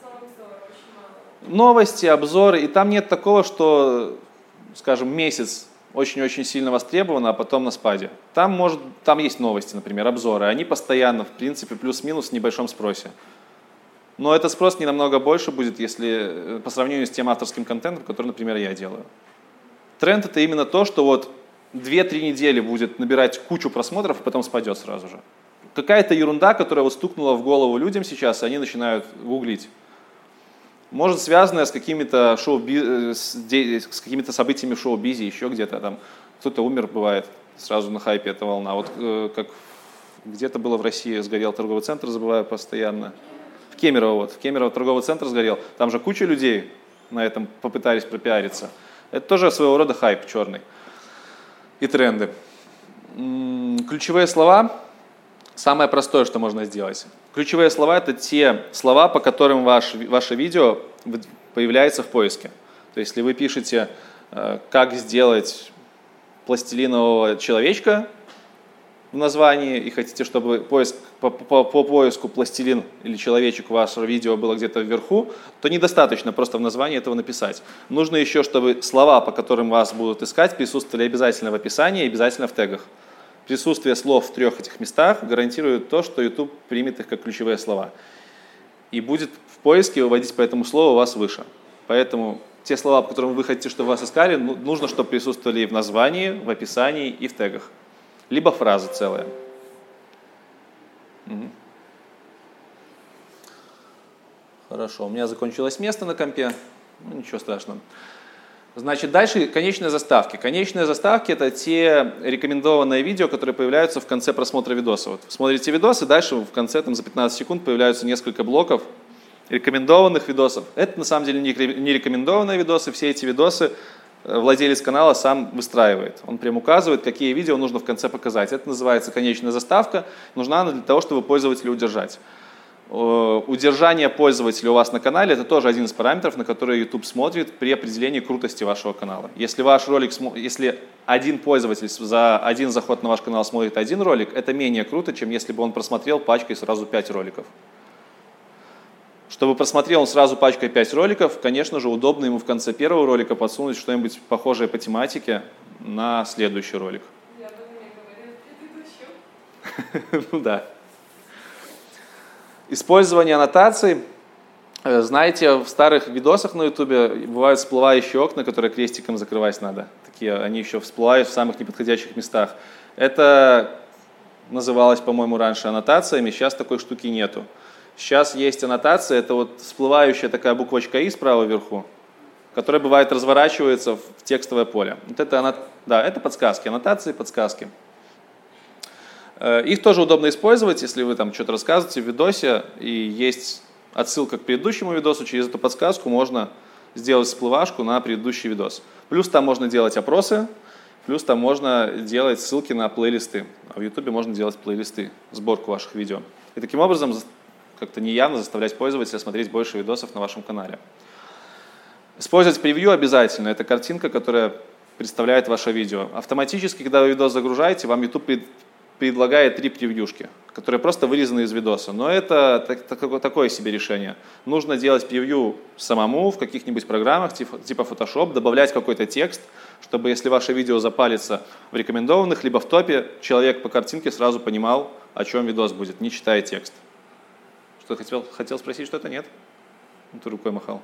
Новости, обзоры, и там нет такого, что, скажем, месяц очень-очень сильно востребовано, а потом на спаде. Там есть новости, например, обзоры, они постоянно, в принципе, плюс-минус в небольшом спросе. Но этот спрос не намного больше будет, если по сравнению с тем авторским контентом, который, например, я делаю. Тренд — это именно то, что вот 2-3 недели будет набирать кучу просмотров, а потом спадет сразу же. Какая-то ерунда, которая вот стукнула в голову людям сейчас, и они начинают гуглить. Может, связанная с какими-то с какими-то событиями в шоу-бизе, еще где-то там. Кто-то умер, бывает, сразу на хайпе эта волна. Вот как где-то было в России, сгорел торговый центр, забываю постоянно. В Кемерово торговый центр сгорел. Там же куча людей на этом попытались пропиариться. Это тоже своего рода хайп черный. И тренды. Ключевые слова. Самое простое, что можно сделать. Ключевые слова – это те слова, по которым ваше видео появляется в поиске. То есть, если вы пишете, как сделать пластилинового человечка в названии, и хотите, чтобы по поиску пластилин или человечек вашего видео было где-то вверху, то недостаточно просто в названии этого написать. Нужно еще, чтобы слова, по которым вас будут искать, присутствовали обязательно в описании и обязательно в тегах. Присутствие слов в 3 этих местах гарантирует то, что YouTube примет их как ключевые слова. И будет в поиске выводить по этому слову вас выше. Поэтому те слова, по которым вы хотите, чтобы вас искали, нужно, чтобы присутствовали и в названии, в описании и в тегах. Либо фраза целая. Хорошо, у меня закончилось место на компе. Ну, ничего страшного. Значит, дальше конечные заставки. Конечные заставки – это те рекомендованные видео, которые появляются в конце просмотра видоса. Вот смотрите видос, и дальше в конце там, за 15 секунд появляются несколько блоков рекомендованных видосов. Это на самом деле не рекомендованные видосы. Все эти видосы владелец канала сам выстраивает. Он прям указывает, какие видео нужно в конце показать. Это называется конечная заставка. Нужна она для того, чтобы пользователя удержать. Удержание пользователя у вас на канале – это тоже один из параметров, на которые YouTube смотрит при определении крутости вашего канала. Если ваш ролик, если один пользователь за один заход на ваш канал смотрит один ролик, это менее круто, чем если бы он просмотрел пачкой сразу 5 роликов. Чтобы просмотрел он сразу пачкой 5 роликов, конечно же, удобно ему в конце первого ролика подсунуть что-нибудь похожее по тематике на следующий ролик. Я об этом и говорила в предыдущем. Ну да. Использование аннотаций. Знаете, в старых видосах на YouTube бывают всплывающие окна, которые крестиком закрывать надо. Такие, они еще всплывают в самых неподходящих местах. Это называлось, по-моему, раньше аннотациями, сейчас такой штуки нету. Сейчас есть аннотация, это вот всплывающая такая буквочка «и» справа вверху, которая бывает разворачивается в текстовое поле. Вот это, да, это подсказки, аннотации, подсказки. Их тоже удобно использовать, если вы там что-то рассказываете в видосе, и есть отсылка к предыдущему видосу, через эту подсказку можно сделать всплывашку на предыдущий видос. Плюс там можно делать опросы, плюс там можно делать ссылки на плейлисты. А в YouTube можно делать плейлисты, сборку ваших видео. И таким образом как-то неявно заставлять пользователя смотреть больше видосов на вашем канале. Использовать превью обязательно. Это картинка, которая представляет ваше видео. Автоматически, когда вы видос загружаете, вам YouTube предлагает 3 превьюшки, которые просто вырезаны из видоса. Но это такое себе решение. Нужно делать превью самому в каких-нибудь программах типа Photoshop, добавлять какой-то текст, чтобы если ваше видео запалится в рекомендованных, либо в топе, человек по картинке сразу понимал, о чем видос будет, не читая текст. Что хотел спросить, что-то нет? Ты рукой махал.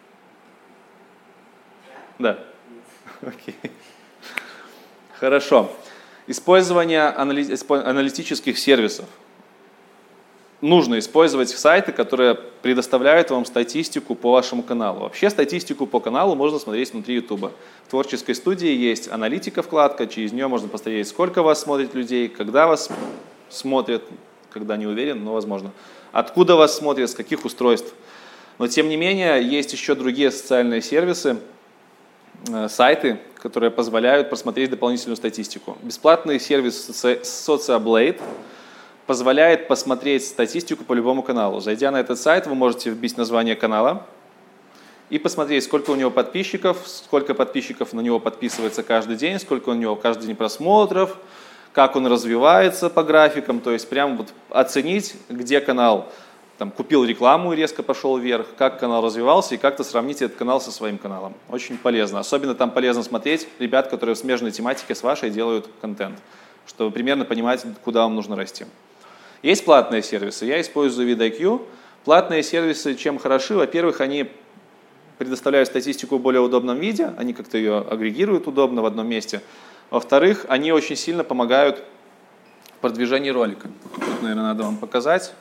Да. Окей. Хорошо. Использование аналитических сервисов. Нужно использовать сайты, которые предоставляют вам статистику по вашему каналу. Вообще статистику по каналу можно смотреть внутри YouTube. В творческой студии есть аналитика вкладка, через нее можно посмотреть, сколько вас смотрит людей, когда вас смотрят, когда не уверен, но возможно. Откуда вас смотрят, с каких устройств. Но тем не менее, есть еще другие социальные сервисы, сайты, которые позволяют просмотреть дополнительную статистику. Бесплатный сервис SocialBlade позволяет посмотреть статистику по любому каналу. Зайдя на этот сайт, вы можете вбить название канала и посмотреть, сколько у него подписчиков, сколько подписчиков на него подписывается каждый день, сколько у него каждый день просмотров, как он развивается по графикам, то есть прям вот оценить, где канал там, купил рекламу и резко пошел вверх, как канал развивался и как-то сравнить этот канал со своим каналом. Очень полезно. Особенно там полезно смотреть ребят, которые в смежной тематике с вашей делают контент, чтобы примерно понимать, куда вам нужно расти. Есть платные сервисы. Я использую VidIQ. Платные сервисы чем хороши? Во-первых, они предоставляют статистику в более удобном виде, они как-то ее агрегируют удобно в одном месте. Во-вторых, они очень сильно помогают в продвижении ролика. Тут, наверное, надо вам показать.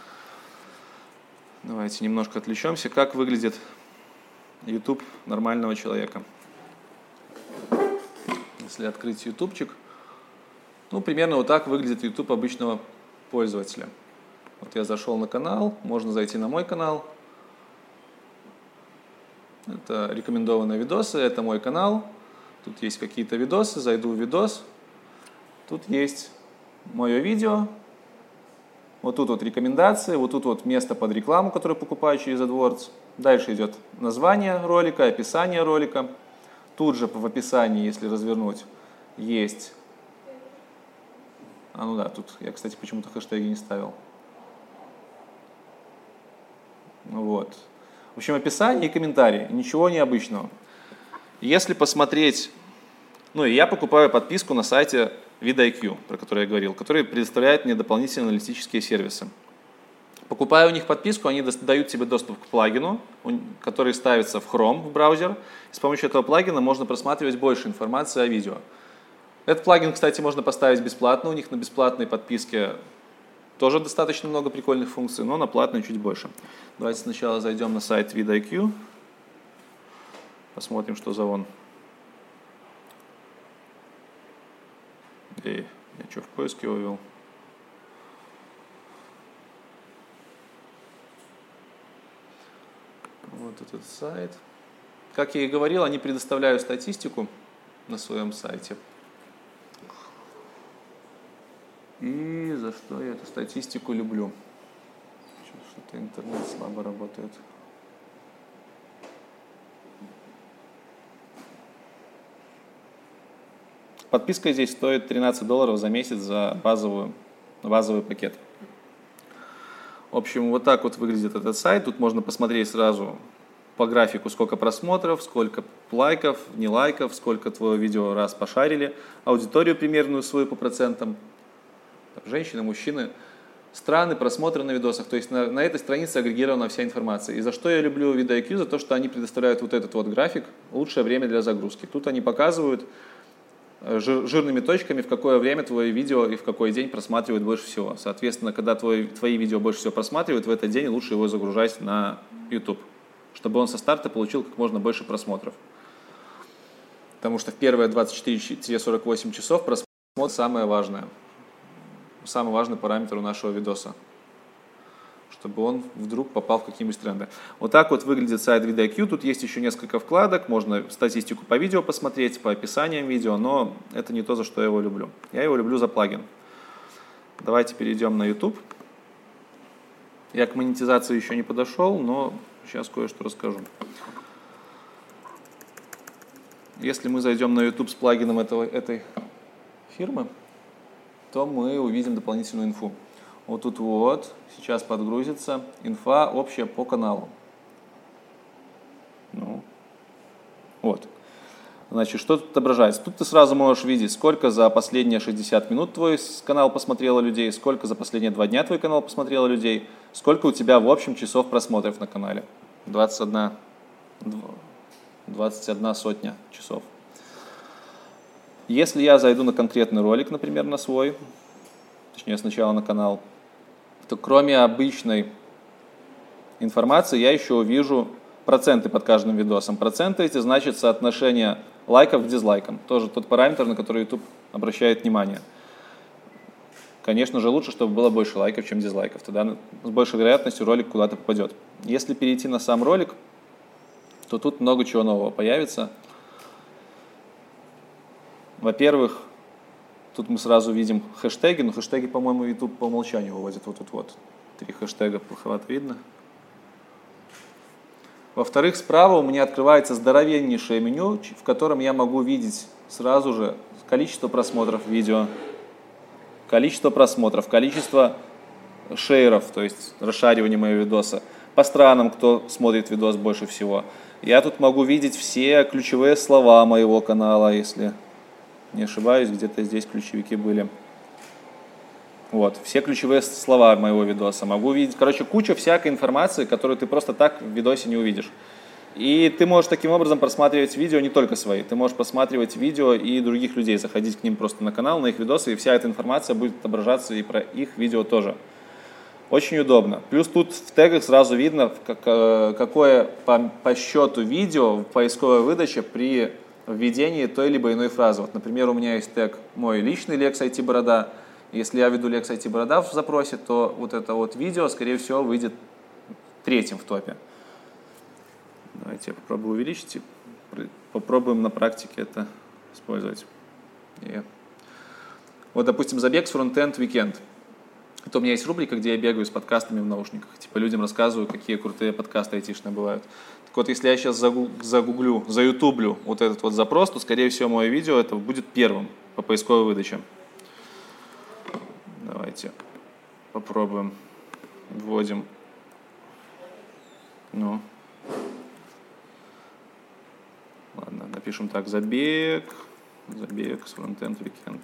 Давайте немножко отвлечемся, как выглядит YouTube нормального человека. Если открыть ютубчик, ну, примерно вот так выглядит YouTube обычного пользователя. Вот я зашел на канал, можно зайти на мой канал. Это рекомендованные видосы, это мой канал. Тут есть какие-то видосы, зайду в видос. Тут есть мое видео. Вот тут вот рекомендации, вот тут вот место под рекламу, которое покупаю через AdWords. Дальше идет название ролика, описание ролика. Тут же в описании, если развернуть, есть... ну да, тут я, кстати, почему-то хэштеги не ставил. Вот. В общем, описание и комментарии. Ничего необычного. Если посмотреть... Ну, и я покупаю подписку на сайте VidIQ, про который я говорил, который предоставляет мне дополнительные аналитические сервисы. Покупая у них подписку, они дают тебе доступ к плагину, который ставится в Chrome, в браузер. С помощью этого плагина можно просматривать больше информации о видео. Этот плагин, кстати, можно поставить бесплатно. У них на бесплатной подписке тоже достаточно много прикольных функций, но на платной чуть больше. Давайте сначала зайдем на сайт VidIQ. Посмотрим, что за он. Я что, в поиске его ввел? Вот этот сайт. Как я и говорил, они предоставляют статистику на своем сайте. И за что я эту статистику люблю? Что-то интернет слабо работает. Подписка здесь стоит $13 за месяц за базовый пакет. В общем, вот так вот выглядит этот сайт. Тут можно посмотреть сразу по графику, сколько просмотров, сколько лайков, не лайков, сколько твое видео раз пошарили, аудиторию примерную свою по процентам, женщины, мужчины, страны, просмотры на видосах. То есть на этой странице агрегирована вся информация. И за что я люблю VidIQ? За то, что они предоставляют вот этот вот график, лучшее время для загрузки. Тут они показывают жирными точками, в какое время твое видео и в какой день просматривают больше всего. Соответственно, когда твои видео больше всего просматривают, в этот день лучше его загружать на YouTube, чтобы он со старта получил как можно больше просмотров. Потому что в первые 24-48 часов просмотр самое важное. Самый важный параметр у нашего видоса, чтобы он вдруг попал в какие-нибудь тренды. Вот так вот выглядит сайт VidIQ. Тут есть еще несколько вкладок, можно статистику по видео посмотреть, по описаниям видео, но это не то, за что я его люблю. Я его люблю за плагин. Давайте перейдем на YouTube. Я к монетизации еще не подошел, но сейчас кое-что расскажу. Если мы зайдем на YouTube с плагином этой фирмы, то мы увидим дополнительную инфу. Вот тут вот, сейчас подгрузится инфа общая по каналу. Ну, вот. Значит, что тут отображается? Тут ты сразу можешь видеть, сколько за последние 60 минут твой канал посмотрело людей, сколько за последние 2 дня твой канал посмотрело людей, сколько у тебя в общем часов просмотров на канале. 21 сотня часов. Если я зайду на конкретный ролик, например, на свой, точнее сначала на канал, то кроме обычной информации я еще увижу проценты под каждым видосом. Проценты эти значит соотношение лайков к дизлайкам. Тоже тот параметр, на который YouTube обращает внимание. Конечно же, лучше, чтобы было больше лайков, чем дизлайков. Тогда с большей вероятностью ролик куда-то попадет. Если перейти на сам ролик, то тут много чего нового появится. Во-первых, тут мы сразу видим хэштеги, но хэштеги, по-моему, YouTube по умолчанию выводит. Вот тут вот 3 хэштега, плоховато видно. Во-вторых, справа у меня открывается здоровеннейшее меню, в котором я могу видеть сразу же количество просмотров видео, количество просмотров, количество шейров, то есть расшаривание моего видоса, по странам, кто смотрит видос больше всего. Я тут могу видеть все ключевые слова моего канала, если не ошибаюсь, где-то здесь ключевики были. Вот, все ключевые слова моего видоса. Могу видеть, короче, куча всякой информации, которую ты просто так в видосе не увидишь. И ты можешь таким образом просматривать видео не только свои, ты можешь просматривать видео и других людей, заходить к ним просто на канал, на их видосы, и вся эта информация будет отображаться и про их видео тоже. Очень удобно. Плюс тут в тегах сразу видно, какое по счету видео в поисковой выдаче при введении той либо иной фразы. Вот, например, у меня есть тег «Мой личный Lex IT Борода». Если я введу Lex IT Борода в запросе, то вот это вот видео, скорее всего, выйдет третьим в топе. Давайте я попробую увеличить и попробуем на практике это использовать. Вот, допустим, забег с Frontend Weekend. Это у меня есть рубрика, где я бегаю с подкастами в наушниках. Типа людям рассказываю, какие крутые подкасты айтишные бывают. Так вот, если я сейчас загуглю, заютублю вот этот вот запрос, то, скорее всего, мое видео это будет первым по поисковой выдаче. Давайте попробуем. Вводим. Ну. Ладно, напишем так. Забег с Frontend Weekend.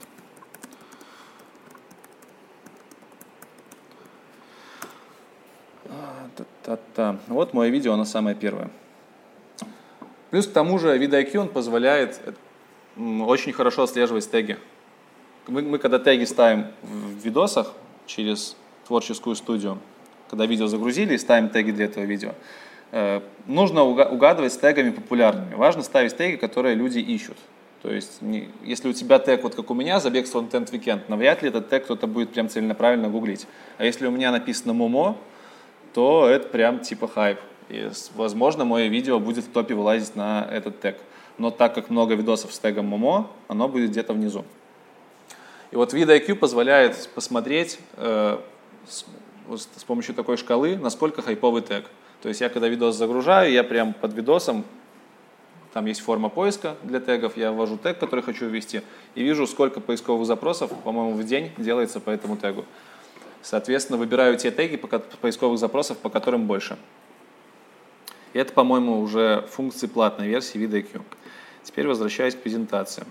Вот мое видео, оно самое первое. Плюс к тому же VidIQ он позволяет очень хорошо отслеживать теги. Мы когда теги ставим в видосах через творческую студию, когда видео загрузили и ставим теги для этого видео, нужно угадывать с тегами популярными. Важно ставить теги, которые люди ищут. То есть, если у тебя тег, вот как у меня, забег с Frontend Weekend, навряд ли этот тег кто-то будет прям целенаправленно гуглить. А если у меня написано Момо, то это прям типа хайп. И, возможно, мое видео будет в топе вылазить на этот тег. Но так как много видосов с тегом Момо, оно будет где-то внизу. И вот VidIQ позволяет посмотреть с помощью такой шкалы, насколько хайповый тег. То есть я когда видос загружаю, я прям под видосом, там есть форма поиска для тегов, я ввожу тег, который хочу ввести, и вижу, сколько поисковых запросов, по-моему, в день делается по этому тегу. Соответственно, выбираю те теги поисковых запросов, по которым больше. И это, по-моему, уже функции платной версии VidIQ. Теперь возвращаюсь к презентации.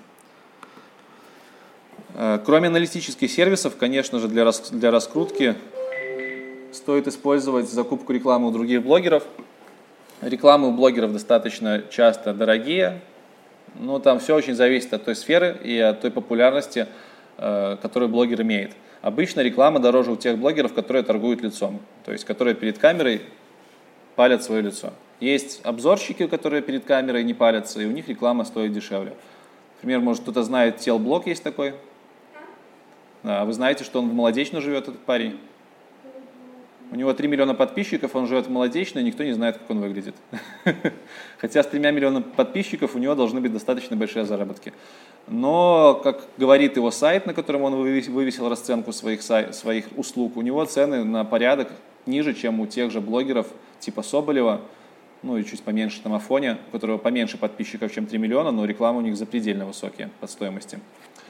Кроме аналитических сервисов, конечно же, для раскрутки стоит использовать закупку рекламы у других блогеров. Рекламы у блогеров достаточно часто дорогие, но там все очень зависит от той сферы и от той популярности, которую блогер имеет. Обычно реклама дороже у тех блогеров, которые торгуют лицом, то есть которые перед камерой палят свое лицо. Есть обзорщики, которые перед камерой не палятся, и у них реклама стоит дешевле. Например, может кто-то знает, Телблог есть такой? Да, вы знаете, что он в Молодечно живет, этот парень? У него 3 миллиона подписчиков, он живет в Молодечно, и никто не знает, как он выглядит. Хотя с 3 миллионами подписчиков у него должны быть достаточно большие заработки. Но, как говорит его сайт, на котором он вывесил расценку своих услуг, у него цены на порядок ниже, чем у тех же блогеров типа Соболева, ну и чуть поменьше там Афоня, у которого поменьше подписчиков, чем 3 миллиона, но рекламы у них запредельно высокие по стоимости.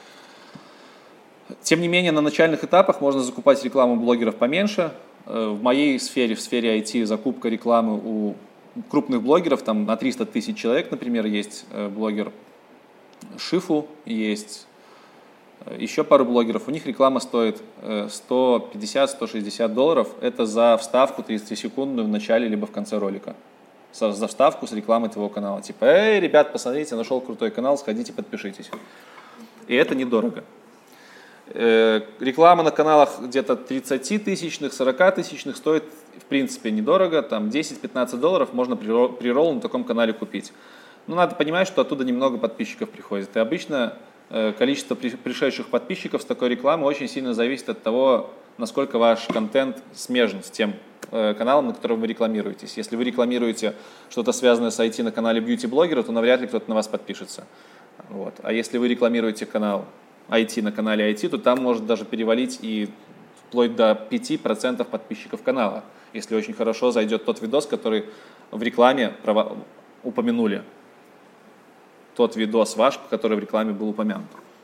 Тем не менее, на начальных этапах можно закупать рекламу блогеров поменьше. В моей сфере, в сфере IT, закупка рекламы у крупных блогеров, там на 300 тысяч человек, например, есть блогер Шифу, есть еще пару блогеров, у них реклама стоит $150-160. Это за вставку 30-секундную в начале либо в конце ролика. За вставку с рекламой твоего канала. Типа, эй, ребят, посмотрите, нашел крутой канал, сходите, подпишитесь. И это недорого. Реклама на каналах где-то 30-тысячных, 40-тысячных стоит в принципе недорого, там $10-15 можно при ролл на таком канале купить. Но надо понимать, что оттуда немного подписчиков приходит. И обычно количество пришедших подписчиков с такой рекламы очень сильно зависит от того, насколько ваш контент смежен с тем каналом, на котором вы рекламируетесь. Если вы рекламируете что-то связанное с IT на канале бьюти-блогера, то навряд ли кто-то на вас подпишется. Вот. А если вы рекламируете канал IT на канале IT, то там может даже перевалить и вплоть до 5% подписчиков канала, если очень хорошо зайдет тот видос, который в рекламе упомянули. Тот видос ваш, который в рекламе был упомянут.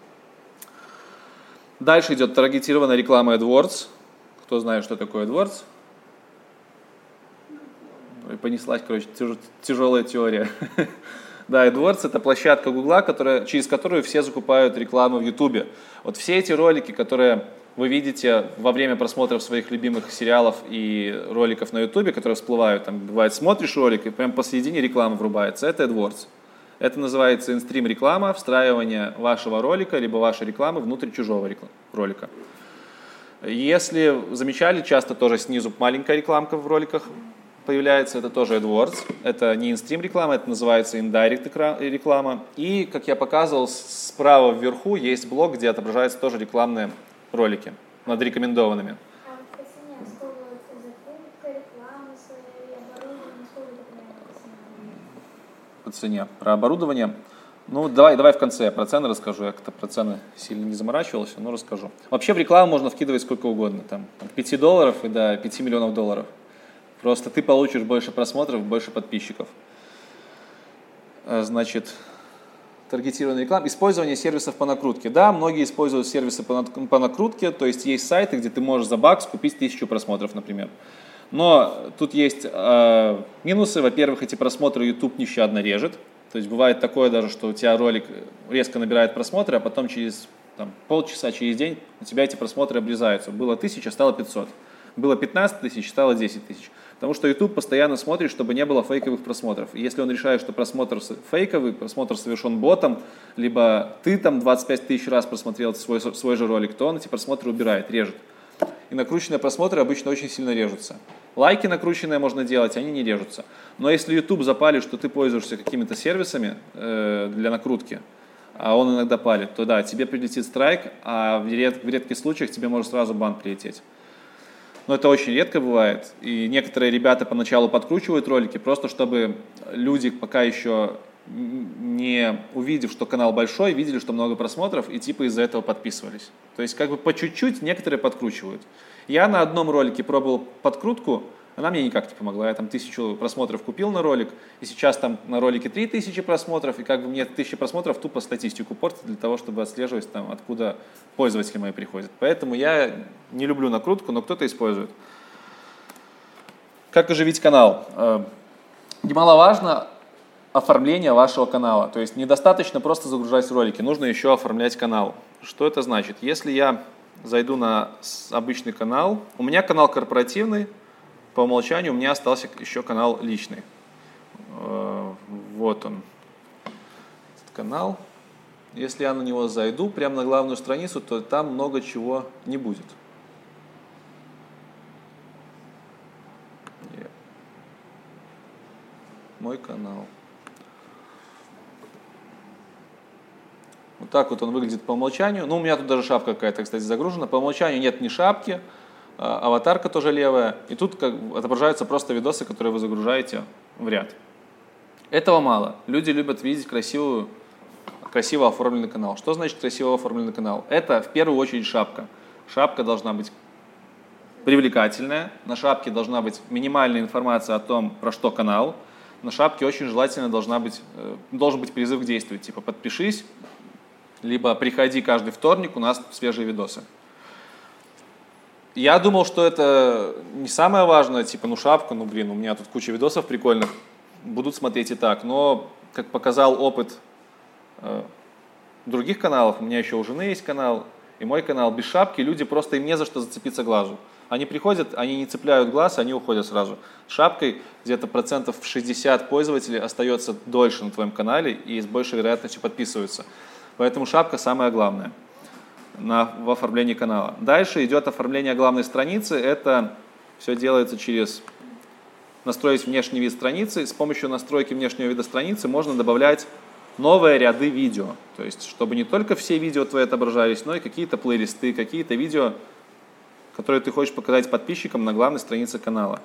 Дальше идет таргетированная реклама AdWords. Кто знает, что такое AdWords? Понеслась, короче, тяжелая теория. Да, AdWords — это площадка Гугла, через которую все закупают рекламу в Ютубе. Вот все эти ролики, которые вы видите во время просмотров своих любимых сериалов и роликов на YouTube, которые всплывают, там бывает смотришь ролик и прям посередине реклама врубается, это AdWords. Это называется инстрим реклама, встраивание вашего ролика, либо вашей рекламы внутрь чужого ролика. Если замечали, часто тоже снизу маленькая рекламка в роликах появляется, это тоже AdWords. Это не инстрим реклама, это называется indirect реклама. И, как я показывал, справа вверху есть блок, где отображаются тоже рекламные ролики над рекомендованными. А вот по цене, сколько закупка, реклама, оборудование, сколько это примерно по цене? По цене. Про оборудование. Ну, давай в конце про цены расскажу. Я как-то про цены сильно не заморачивался, но расскажу. Вообще в рекламу можно вкидывать сколько угодно. Там, от $5 и до $5 миллионов. Просто ты получишь больше просмотров, больше подписчиков. Значит, таргетированная реклама. Использование сервисов по накрутке. Да, многие используют сервисы по накрутке, то есть есть сайты, где ты можешь за бакс купить 1000 просмотров, например. Но тут есть минусы. Во-первых, эти просмотры YouTube нещадно режет. То есть бывает такое даже, что у тебя ролик резко набирает просмотры, а потом через полчаса, через день у тебя эти просмотры обрезаются. Было 1000, стало 500. Было 15 тысяч, стало 10 тысяч. Потому что YouTube постоянно смотрит, чтобы не было фейковых просмотров. И если он решает, что просмотр фейковый, просмотр совершен ботом, либо ты там 25 тысяч раз просмотрел свой же ролик, то он эти просмотры убирает, режет. И накрученные просмотры обычно очень сильно режутся. Лайки накрученные можно делать, они не режутся. Но если YouTube запалит, что ты пользуешься какими-то сервисами для накрутки, а он иногда палит, то да, тебе прилетит страйк, а в редких случаях тебе может сразу бан прилететь. Но это очень редко бывает. И некоторые ребята поначалу подкручивают ролики, просто чтобы люди, пока еще не увидев, что канал большой, видели, что много просмотров, и типа из-за этого подписывались. То есть как бы по чуть-чуть некоторые подкручивают. Я на одном ролике пробовал подкрутку, она мне никак не помогла. Я там 1000 просмотров купил на ролик, и сейчас там на ролике 3000 просмотров, и как бы мне 1000 просмотров тупо статистику портит для того, чтобы отслеживать, там, откуда пользователи мои приходят. Поэтому я не люблю накрутку, но кто-то использует. Как оживить канал? Немаловажно оформление вашего канала. То есть недостаточно просто загружать ролики, нужно еще оформлять канал. Что это значит? Если я зайду на обычный канал, у меня канал корпоративный, по умолчанию у меня остался еще канал личный. Вот он, этот канал. Если я на него зайду, прямо на главную страницу, то там много чего не будет. Мой канал. Вот так вот он выглядит по умолчанию. Ну, у меня тут даже шапка какая-то, кстати, загружена. По умолчанию нет ни шапки, аватарка тоже левая. И тут отображаются просто видосы, которые вы загружаете в ряд. Этого мало. Люди любят видеть красиво оформленный канал. Что значит красиво оформленный канал? Это в первую очередь шапка. Шапка должна быть привлекательная. На шапке должна быть минимальная информация о том, про что канал. На шапке очень желательно должен быть призыв к действию. Типа подпишись, либо приходи каждый вторник, у нас свежие видосы. Я думал, что это не самое важное, типа, шапка, у меня тут куча видосов прикольных, будут смотреть и так. Но, как показал опыт других каналов, у меня еще у жены есть канал, и мой канал без шапки, люди просто им не за что зацепиться глазу. Они приходят, они не цепляют глаз, они уходят сразу. С шапкой где-то 60% пользователей остается дольше на твоем канале и с большей вероятностью подписываются. Поэтому шапка самое главное в оформлении канала. Дальше идет оформление главной страницы. Это все делается через настроить внешний вид страницы. С помощью настройки внешнего вида страницы можно добавлять новые ряды видео. То есть, чтобы не только все видео твои отображались, но и какие-то плейлисты, какие-то видео, которые ты хочешь показать подписчикам на главной странице канала.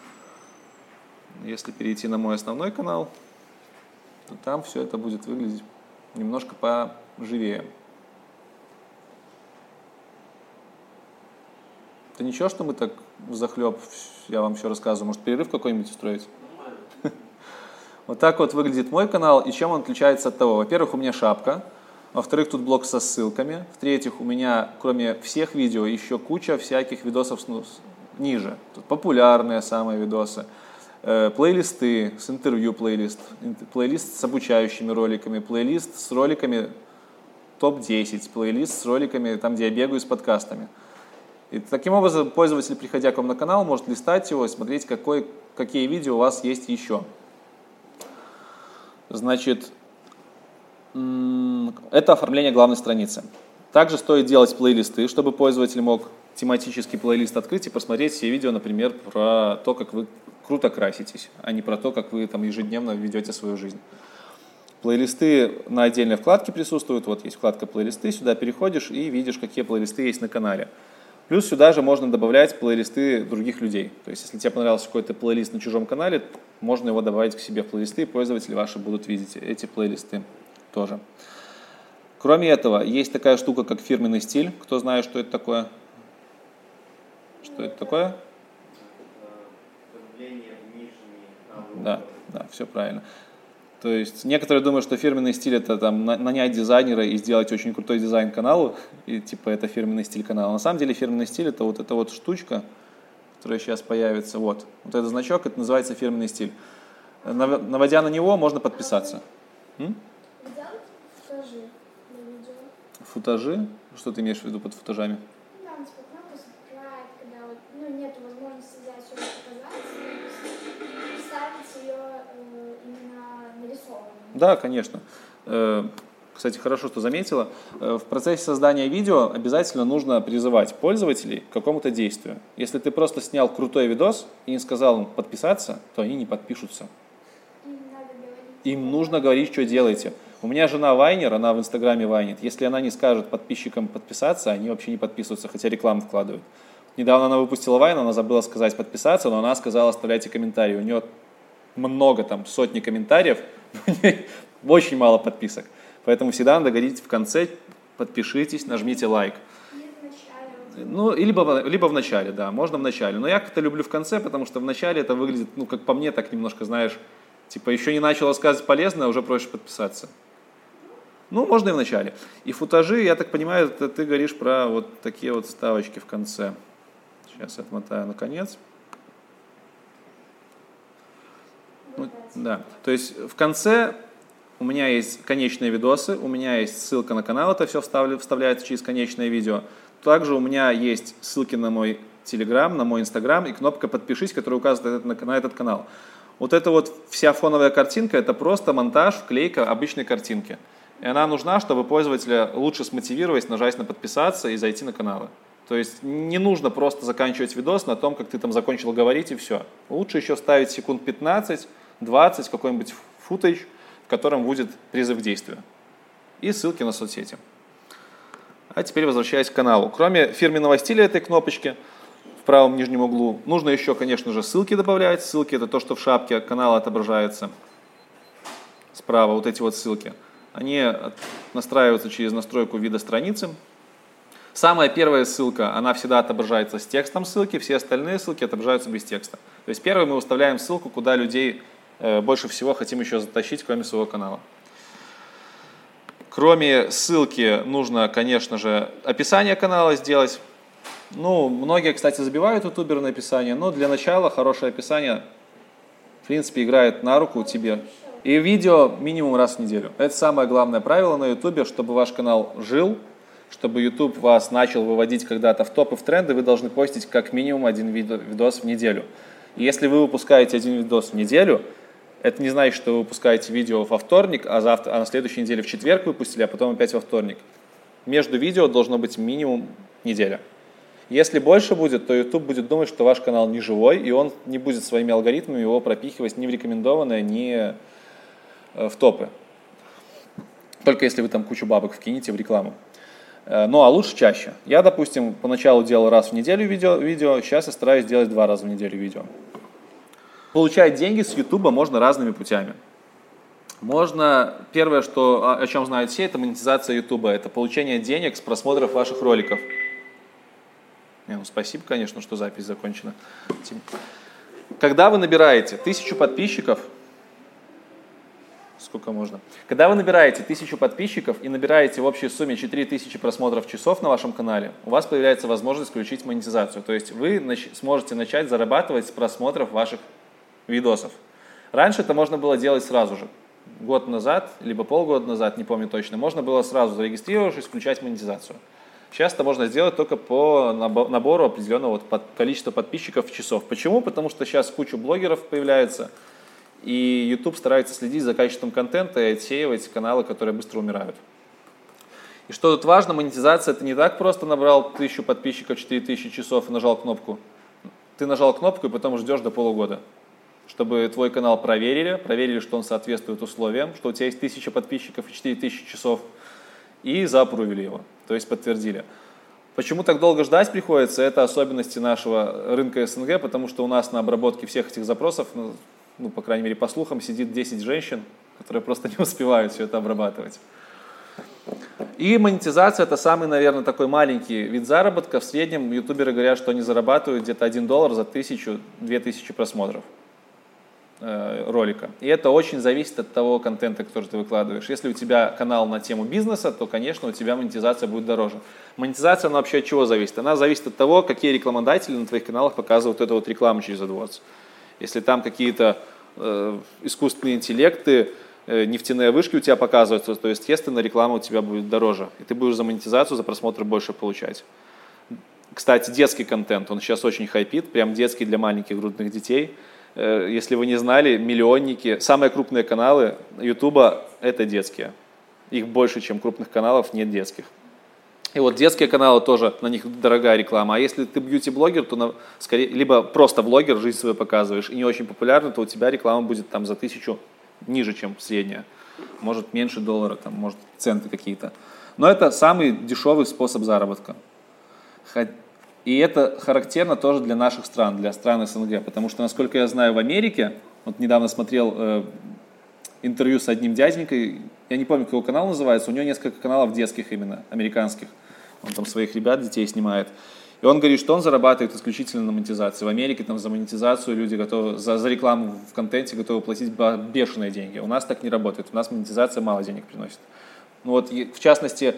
Если перейти на мой основной канал, то там все это будет выглядеть немножко поживее. Это ничего, что мы так взахлеб, я вам все рассказываю. Может, перерыв какой-нибудь устроить? Вот так вот выглядит мой канал. И чем он отличается от того? Во-первых, у меня шапка. Во-вторых, тут блок со ссылками. В-третьих, у меня, кроме всех видео, еще куча всяких видосов ниже. Тут популярные самые видосы. Плейлисты с интервью плейлист с обучающими роликами, плейлист с роликами топ-10, плейлист с роликами, там, где я бегаю с подкастами. И таким образом пользователь, приходя к вам на канал, может листать его и смотреть, какие видео у вас есть еще. Значит, это оформление главной страницы. Также стоит делать плейлисты, чтобы пользователь мог тематический плейлист открыть и посмотреть все видео, например, про то, как вы круто краситесь, а не про то, как вы там ежедневно ведете свою жизнь. Плейлисты на отдельной вкладке присутствуют. Вот есть вкладка «Плейлисты», сюда переходишь и видишь, какие плейлисты есть на канале. Плюс сюда же можно добавлять плейлисты других людей. То есть, если тебе понравился какой-то плейлист на чужом канале, можно его добавить к себе в плейлисты, и пользователи ваши будут видеть эти плейлисты тоже. Кроме этого, есть такая штука, как фирменный стиль. Кто знает, что это такое? Что это такое? Да, все правильно. То есть некоторые думают, что фирменный стиль это там нанять дизайнера и сделать очень крутой дизайн каналу, и типа это фирменный стиль канала. На самом деле фирменный стиль это вот эта вот штучка, которая сейчас появится. Вот этот значок, это называется фирменный стиль. Наводя на него, можно подписаться. Футажи на видео. Футажи? Что ты имеешь в виду под футажами? Да, типа кнопка subscribe, когда вот, нет возможности взять все показать, ставить ее именно нарисованную. Да, конечно. Кстати, хорошо, что заметила. В процессе создания видео обязательно нужно призывать пользователей к какому-то действию. Если ты просто снял крутой видос и не сказал им подписаться, то они не подпишутся. Им нужно говорить, что делаете. У меня жена вайнер, она в Инстаграме вайнит. Если она не скажет подписчикам подписаться, они вообще не подписываются, хотя рекламу вкладывают. Недавно она выпустила вайн, она забыла сказать подписаться, но она сказала, оставляйте комментарии. У нее много, там, сотни комментариев, очень мало подписок. Поэтому всегда надо говорить в конце, подпишитесь, нажмите лайк. Либо в начале, да, можно в начале. Но я как-то люблю в конце, потому что в начале это выглядит, как по мне, так немножко, знаешь, типа еще не начал рассказывать полезное, а уже просишь подписаться. Можно и в начале. И футажи, я так понимаю, это ты говоришь про вот такие вот вставочки в конце. Сейчас отмотаю на конец. Да, то есть в конце у меня есть конечные видосы, у меня есть ссылка на канал, это все вставляется через конечное видео. Также у меня есть ссылки на мой Telegram, на мой Instagram и кнопка «Подпишись», которая указывает на этот канал. Вот эта вот вся фоновая картинка, это просто монтаж, вклейка обычной картинки. И она нужна, чтобы пользователя лучше смотивировать, нажать на «Подписаться» и зайти на каналы. То есть не нужно просто заканчивать видос на том, как ты там закончил говорить и все. Лучше еще ставить секунд 15-20 какой-нибудь футаж, в котором будет призыв к действию. И ссылки на соцсети. А теперь возвращаясь к каналу. Кроме фирменного стиля этой кнопочки в правом нижнем углу, нужно еще, конечно же, ссылки добавлять. Ссылки — это то, что в шапке канала отображается справа, вот эти вот ссылки. Они настраиваются через настройку вида страницы. Самая первая ссылка, она всегда отображается с текстом ссылки, все остальные ссылки отображаются без текста. То есть первой мы выставляем ссылку, куда людей больше всего хотим еще затащить, кроме своего канала. Кроме ссылки нужно, конечно же, описание канала сделать. Многие, кстати, забивают ютуберы на описание, но для начала хорошее описание, в принципе, играет на руку тебе. И видео минимум раз в неделю. Это самое главное правило на ютубе, чтобы ваш канал жил, чтобы YouTube вас начал выводить когда-то в топы, в тренды, вы должны постить как минимум один видос в неделю. И если вы выпускаете один видос в неделю, это не значит, что вы выпускаете видео во вторник, а на следующей неделе в четверг выпустили, а потом опять во вторник. Между видео должно быть минимум неделя. Если больше будет, то YouTube будет думать, что ваш канал не живой, и он не будет своими алгоритмами его пропихивать ни в рекомендованное, ни в топы. Только если вы там кучу бабок вкинете в рекламу. А лучше чаще. Я, допустим, поначалу делал раз в неделю видео, сейчас я стараюсь делать 2 раза в неделю видео. Получать деньги с YouTube можно разными путями. Первое, о чем знают все, это монетизация YouTube. Это получение денег с просмотров ваших роликов. Спасибо, конечно, что запись закончена. Когда вы набираете 1000 подписчиков, сколько можно? Когда вы набираете 1000 подписчиков и набираете в общей сумме 4000 просмотров часов на вашем канале, у вас появляется возможность включить монетизацию. То есть вы сможете начать зарабатывать с просмотров ваших видосов. Раньше это можно было делать сразу же. Год назад, либо полгода назад, не помню точно, можно было сразу, зарегистрировавшись, включать монетизацию. Сейчас это можно сделать только по набору определенного количества подписчиков в часов. Почему? Потому что сейчас куча блогеров появляется, и YouTube старается следить за качеством контента и отсеивать каналы, которые быстро умирают. И что тут важно, монетизация — это не так просто набрал 1000 подписчиков, 4000 часов и нажал кнопку. Ты нажал кнопку и потом ждешь до полугода, чтобы твой канал проверили, что он соответствует условиям, что у тебя есть 1000 подписчиков и 4000 часов, и заапрувили его, то есть подтвердили. Почему так долго ждать приходится? Это особенности нашего рынка СНГ, потому что у нас на обработке всех этих запросов, ну, по крайней мере, по слухам, сидит 10 женщин, которые просто не успевают все это обрабатывать. И монетизация — это самый, наверное, такой маленький вид заработка. В среднем ютуберы говорят, что они зарабатывают где-то $1 за 1000-2000 просмотров ролика. И это очень зависит от того контента, который ты выкладываешь. Если у тебя канал на тему бизнеса, то, конечно, у тебя монетизация будет дороже. Монетизация, она вообще от чего зависит? Она зависит от того, какие рекламодатели на твоих каналах показывают эту вот рекламу через AdWords. Если там какие-то искусственные интеллекты, нефтяные вышки у тебя показываются, то, естественно, реклама у тебя будет дороже. И ты будешь за монетизацию, за просмотр больше получать. Кстати, детский контент, он сейчас очень хайпит, прям детский для маленьких грудных детей. Если вы не знали, миллионники, самые крупные каналы Ютуба — это детские. Их больше, чем крупных каналов, нет детских. И вот детские каналы тоже, на них дорогая реклама. А если ты бьюти-блогер, то скорее, либо просто блогер, жизнь свою показываешь, и не очень популярный, то у тебя реклама будет там за 1000 ниже, чем средняя. Может, меньше $1, там, может, центы какие-то. Но это самый дешевый способ заработка. И это характерно тоже для наших стран, для стран СНГ. Потому что, насколько я знаю, в Америке, вот недавно смотрел интервью с одним дяденькой, я не помню, как его канал называется, у него несколько каналов детских именно, американских. Он там своих ребят, детей снимает. И он говорит, что он зарабатывает исключительно на монетизации. В Америке там за монетизацию люди готовы, за рекламу в контенте готовы платить бешеные деньги. У нас так не работает, у нас монетизация мало денег приносит. Ну вот, в частности,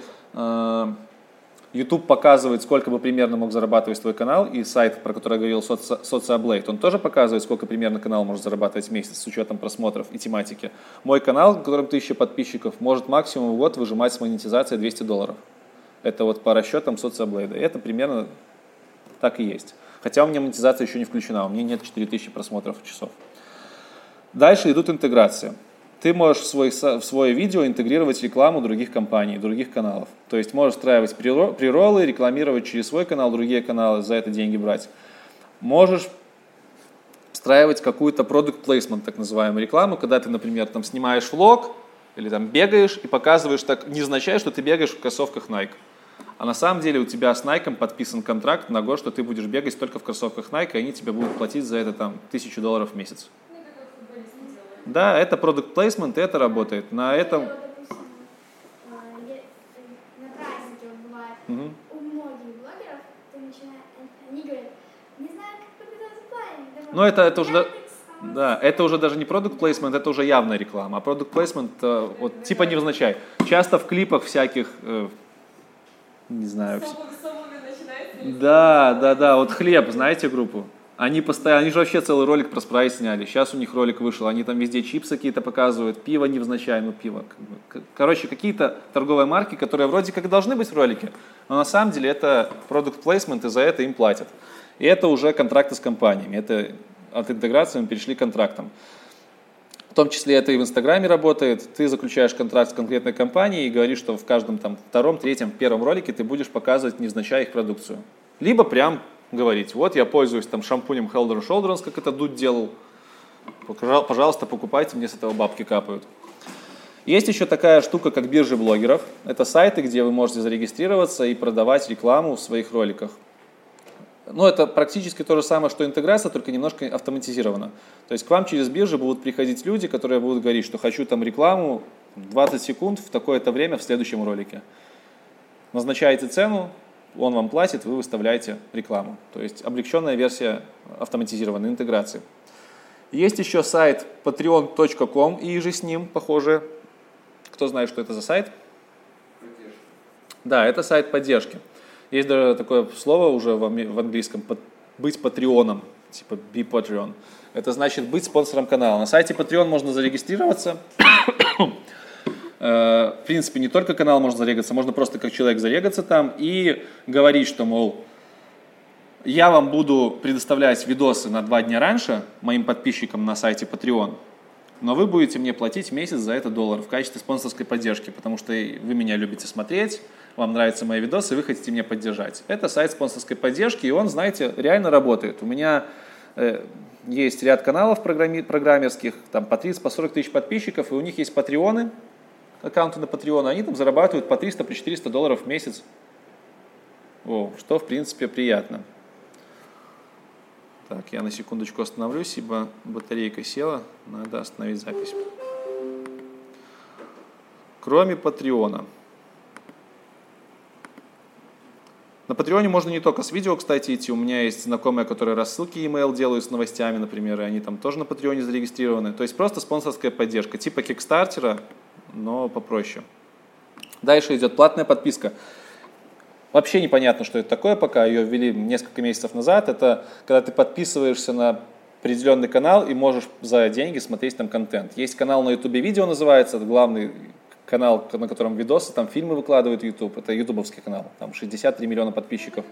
YouTube показывает, сколько бы примерно мог зарабатывать твой канал, и сайт, про который я говорил, SocialBlade, он тоже показывает, сколько примерно канал может зарабатывать в месяц с учетом просмотров и тематики. Мой канал, в котором 1000 подписчиков, может максимум в год выжимать с монетизацией $200. Это вот по расчетам SocialBlade. И это примерно так и есть. Хотя у меня монетизация еще не включена, у меня нет 4000 просмотров в часов. Дальше идут интеграции. Ты можешь в свое видео интегрировать рекламу других компаний, других каналов. То есть можешь встраивать прероллы, рекламировать через свой канал, другие каналы, за это деньги брать. Можешь встраивать какую-то product placement, так называемую рекламу, когда ты, например, там снимаешь влог или там бегаешь и показываешь так невзначай, что ты бегаешь в кроссовках Nike. А на самом деле у тебя с Nike подписан контракт на год, что ты будешь бегать только в кроссовках Nike, и они тебе будут платить за это там $1000 в месяц. Да, это product placement, и это работает. На этом... Допустим, на празднике бывает, у многих блогеров ты начинаешь, они говорят, не знаю, как подготовиться к плане. Но это уже... Да, это уже даже не product placement, это уже явная реклама. А product placement, вот, типа невзначай. Часто в клипах всяких, не знаю... Да, вот «Хлеб», знаете группу? Они же вообще целый ролик про спрайт сняли. Сейчас у них ролик вышел, они там везде чипсы какие-то показывают, пиво невзначай, пиво. Короче, какие-то торговые марки, которые вроде как должны быть в ролике, но на самом деле это product placement, и за это им платят. И это уже контракты с компаниями, это от интеграции мы перешли к контрактам. В том числе это и в Инстаграме работает. Ты заключаешь контракт с конкретной компанией и говоришь, что в каждом там втором, третьем, первом ролике ты будешь показывать невзначай их продукцию. Либо прям говорить, вот я пользуюсь там шампунем Head & Shoulders, как это Дудь делал, пожалуйста, покупайте, мне с этого бабки капают. Есть еще такая штука, как биржи блогеров. Это сайты, где вы можете зарегистрироваться и продавать рекламу в своих роликах. Ну, это практически то же самое, что интеграция, только немножко автоматизировано. То есть к вам через биржи будут приходить люди, которые будут говорить, что хочу там рекламу 20 секунд в такое-то время в следующем ролике. Назначаете цену, он вам платит, вы выставляете рекламу. То есть облегченная версия автоматизированной интеграции. Есть еще сайт patreon.com и же с ним похоже. Кто знает, что это за сайт? Поддержки. Да, это сайт поддержки. Есть даже такое слово уже в английском быть патреоном, типа be Patreon. Это значит быть спонсором канала. На сайте Patreon можно зарегистрироваться. в принципе, не только канал можно зарегаться, можно просто как человек зарегаться там и говорить, что, мол, я вам буду предоставлять видосы на 2 дня раньше моим подписчикам на сайте Patreon, но вы будете мне платить в месяц за это $1 в качестве спонсорской поддержки, потому что вы меня любите смотреть, вам нравятся мои видосы, вы хотите меня поддержать. Это сайт спонсорской поддержки, и он, знаете, реально работает. У меня есть ряд каналов программерских, там по 30, по 40 тысяч подписчиков, и у них есть патреоны, аккаунты на Patreon, они там зарабатывают по 300, по 400 долларов в месяц, что, в принципе, приятно. Так, я на секундочку остановлюсь, ибо батарейка села, надо остановить запись. Кроме Патреона. На Патреоне можно не только с видео, кстати, идти. У меня есть знакомые, которые рассылки email делают с новостями, например, и они там тоже на Патреоне зарегистрированы. То есть просто спонсорская поддержка, типа Кикстартера, но попроще. Дальше идет платная подписка. Вообще непонятно, что это такое пока, ее ввели несколько месяцев назад. Это когда ты подписываешься на определенный канал и можешь за деньги смотреть там контент. Есть канал на YouTube, видео называется, это главный канал, на котором видосы, там фильмы выкладывает YouTube. Это ютубовский канал, там 63 миллиона подписчиков.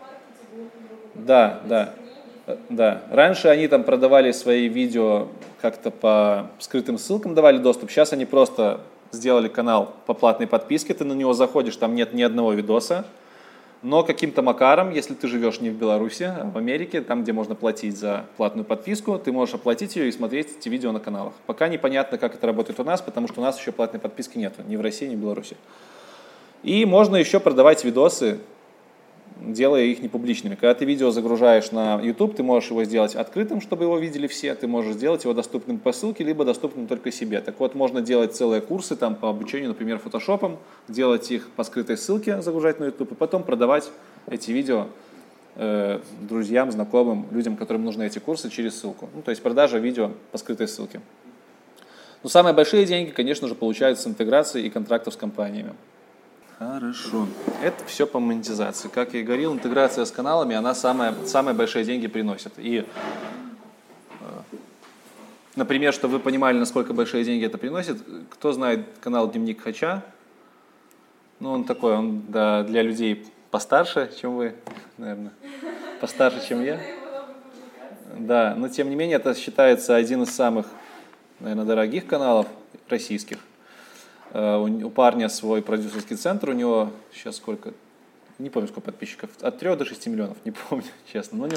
Да. Раньше они там продавали свои видео как-то по скрытым ссылкам, давали доступ. Сейчас они просто сделали канал по платной подписке, ты на него заходишь, там нет ни одного видоса. Но каким-то макаром, если ты живешь не в Беларуси, а в Америке, там, где можно платить за платную подписку, ты можешь оплатить ее и смотреть эти видео на каналах. Пока непонятно, как это работает у нас, потому что у нас еще платной подписки нет, ни в России, ни в Беларуси. И можно еще продавать видосы, делая их непубличными. Когда ты видео загружаешь на YouTube, ты можешь его сделать открытым, чтобы его видели все, ты можешь сделать его доступным по ссылке, либо доступным только себе. Так вот, можно делать целые курсы там, по обучению, например, фотошопом, делать их по скрытой ссылке, загружать на YouTube, и потом продавать эти видео друзьям, знакомым, людям, которым нужны эти курсы, через ссылку. То есть продажа видео по скрытой ссылке. Но самые большие деньги, конечно же, получаются с интеграцией и контрактов с компаниями. Хорошо. Это все по монетизации. Как я и говорил, интеграция с каналами, она самые большие деньги приносит. И, например, чтобы вы понимали, насколько большие деньги это приносит, кто знает канал «Дневник Хача», он такой, он для людей постарше, чем вы, наверное, постарше, чем я. Да, но тем не менее, это считается один из самых, наверное, дорогих каналов российских. У парня свой продюсерский центр, у него сейчас сколько, не помню сколько подписчиков, от 3 до 6 миллионов, не помню, честно. Но у него...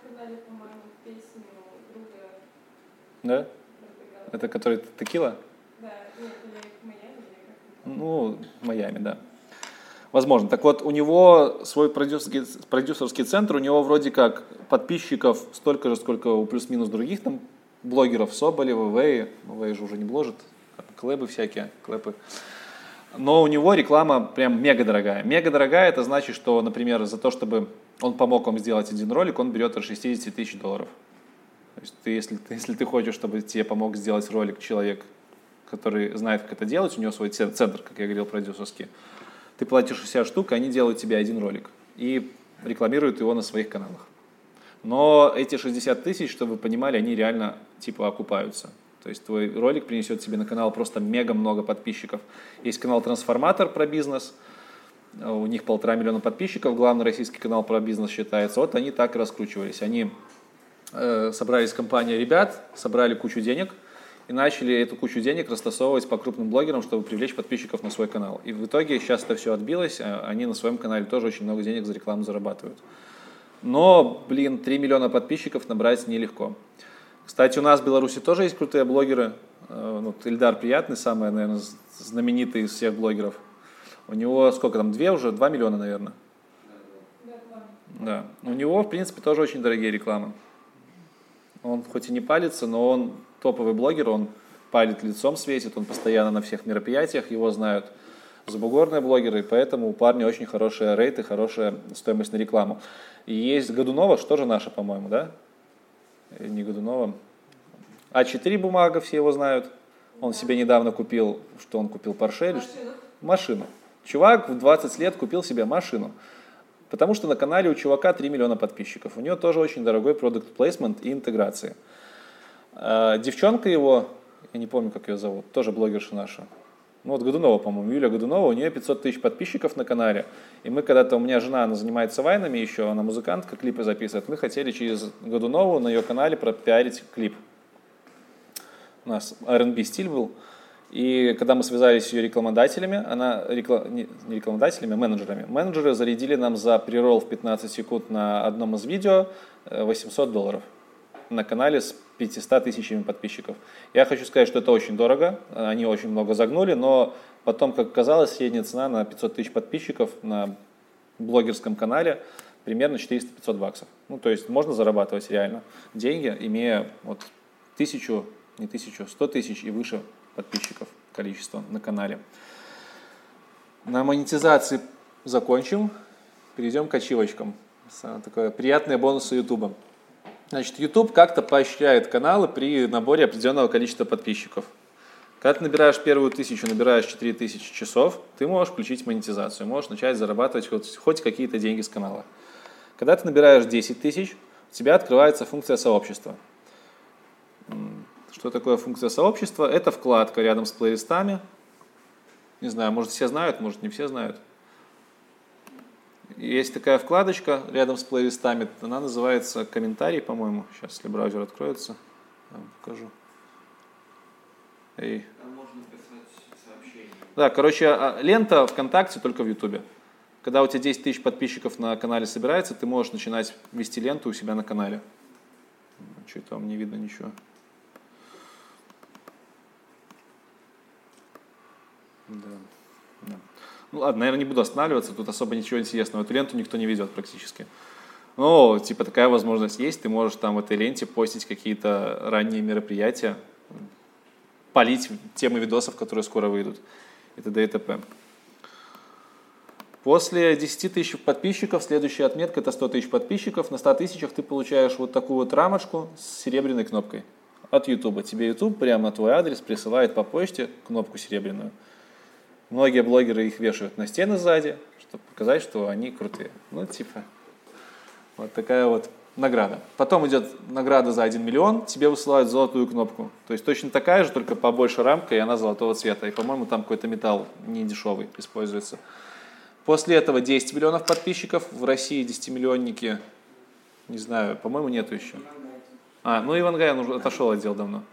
Да? Это который Текила? Да, Майами. Майами, да. Возможно. Так вот, у него свой продюсерский центр, у него вроде как подписчиков столько же, сколько у плюс-минус других там блогеров, Соболева, Вэй же уже не бложит. Клэпы всякие, клэпы. Но у него реклама прям мега дорогая. Мега дорогая, это значит, что, например, за то, чтобы он помог вам сделать один ролик, он берет от 60 тысяч долларов. То есть если ты хочешь, чтобы тебе помог сделать ролик человек, который знает, как это делать, у него свой центр, как я говорил, продюсерский, ты платишь 60 штук, они делают тебе один ролик и рекламируют его на своих каналах. Но эти 60 тысяч, чтобы вы понимали, они реально типа окупаются. То есть твой ролик принесет тебе на канал просто мега много подписчиков. Есть канал «Трансформатор» про бизнес, у них 1,5 миллиона подписчиков, главный российский канал про бизнес считается. Вот они так и раскручивались. Они собрались компания ребят, собрали кучу денег и начали эту кучу денег растасовывать по крупным блогерам, чтобы привлечь подписчиков на свой канал. И в итоге сейчас это все отбилось, они на своем канале тоже очень много денег за рекламу зарабатывают. Но, 3 миллиона подписчиков набрать нелегко. Кстати, у нас в Беларуси тоже есть крутые блогеры. Ильдар Приятный, самый, наверное, знаменитый из всех блогеров. У него сколько там, 2 миллиона, наверное? Да. У него, в принципе, тоже очень дорогие рекламы. Он хоть и не палится, но он топовый блогер, он палит лицом, светит, он постоянно на всех мероприятиях, его знают забугорные блогеры, и поэтому у парня очень хорошие рейты, хорошая стоимость на рекламу. И есть Годунова, что же наша, по-моему, да? Не Годунова. А4 бумага, все его знают. Он себе недавно купил, что он купил, Porsche? Машину. Чувак в 20 лет купил себе машину. Потому что на канале у чувака 3 миллиона подписчиков. У него тоже очень дорогой продукт плейсмент и интеграции. Девчонка его, я не помню, как ее зовут, тоже блогерша наша. Ну вот Годунова, по-моему, Юля Годунова, у нее 500 тысяч подписчиков на канале. И мы когда-то, у меня жена, она занимается вайнами еще, она музыкантка, клипы записывает. Мы хотели через Годунову на ее канале пропиарить клип. У нас R&B стиль был. И когда мы связались с ее рекламодателями, не рекламодателями, а менеджерами. Менеджеры зарядили нам за преролл в 15 секунд на одном из видео $800 на канале с 500 тысячами подписчиков. Я хочу сказать, что это очень дорого, они очень много загнули, но потом, как оказалось, средняя цена на 500 тысяч подписчиков на блогерском канале примерно 400-500 баксов. Ну, то есть можно зарабатывать реально деньги, имея вот 100 тысяч и выше подписчиков количество на канале. На монетизации закончим, перейдем к ачивочкам. Такое приятные бонусы YouTube. Значит, YouTube как-то поощряет каналы при наборе определенного количества подписчиков. Когда ты набираешь первую 1000, набираешь 4000 часов, ты можешь включить монетизацию, можешь начать зарабатывать хоть какие-то деньги с канала. Когда ты набираешь 10 тысяч, у тебя открывается функция сообщества. Что такое функция сообщества? Это вкладка рядом с плейлистами. Не знаю, может все знают, может не все знают. Есть такая вкладочка рядом с плейлистами, она называется «Комментарии», по-моему. Сейчас, если браузер откроется, я вам покажу. Там можно писать сообщения. Да, короче, лента ВКонтакте только в Ютубе. Когда у тебя 10 тысяч подписчиков на канале собирается, ты можешь начинать вести ленту у себя на канале. Что-то вам не видно ничего. Да. Ну ладно, наверное, не буду останавливаться, тут особо ничего интересного. Эту ленту никто не ведет практически. Но типа такая возможность есть, ты можешь там в этой ленте постить какие-то ранние мероприятия, палить темы видосов, которые скоро выйдут, и т.д. и т.п. После 10 тысяч подписчиков следующая отметка — это 100 тысяч подписчиков. На 100 тысячах ты получаешь вот такую вот рамочку с серебряной кнопкой от YouTube. Тебе YouTube прямо на твой адрес присылает по почте кнопку серебряную. Многие блогеры их вешают на стены сзади, чтобы показать, что они крутые. Ну, типа, вот такая вот награда. Потом идет награда за 1 миллион, тебе высылают золотую кнопку. То есть точно такая же, только побольше рамка, и она золотого цвета. И, по-моему, там какой-то металл не дешевый используется. После этого 10 миллионов подписчиков. В России 10-миллионники, не знаю, по-моему, нету еще. Ну Ивангай, он уже отошел от дел давно.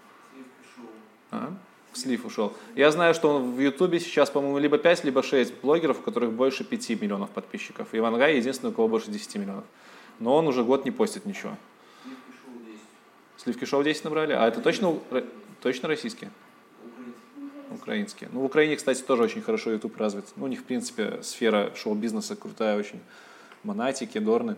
Слив ушел. Я знаю, что он в Ютубе сейчас, по-моему, либо 5, либо 6 блогеров, у которых больше 5 миллионов подписчиков. Ивангай единственный, у кого больше 10 миллионов. Но он уже год не постит ничего. Сливки шоу 10 набрали? А это точно российские? Украинские. Ну, в Украине, кстати, тоже очень хорошо YouTube развит. Ну, у них, в принципе, сфера шоу-бизнеса крутая очень. Монатики, Дорны.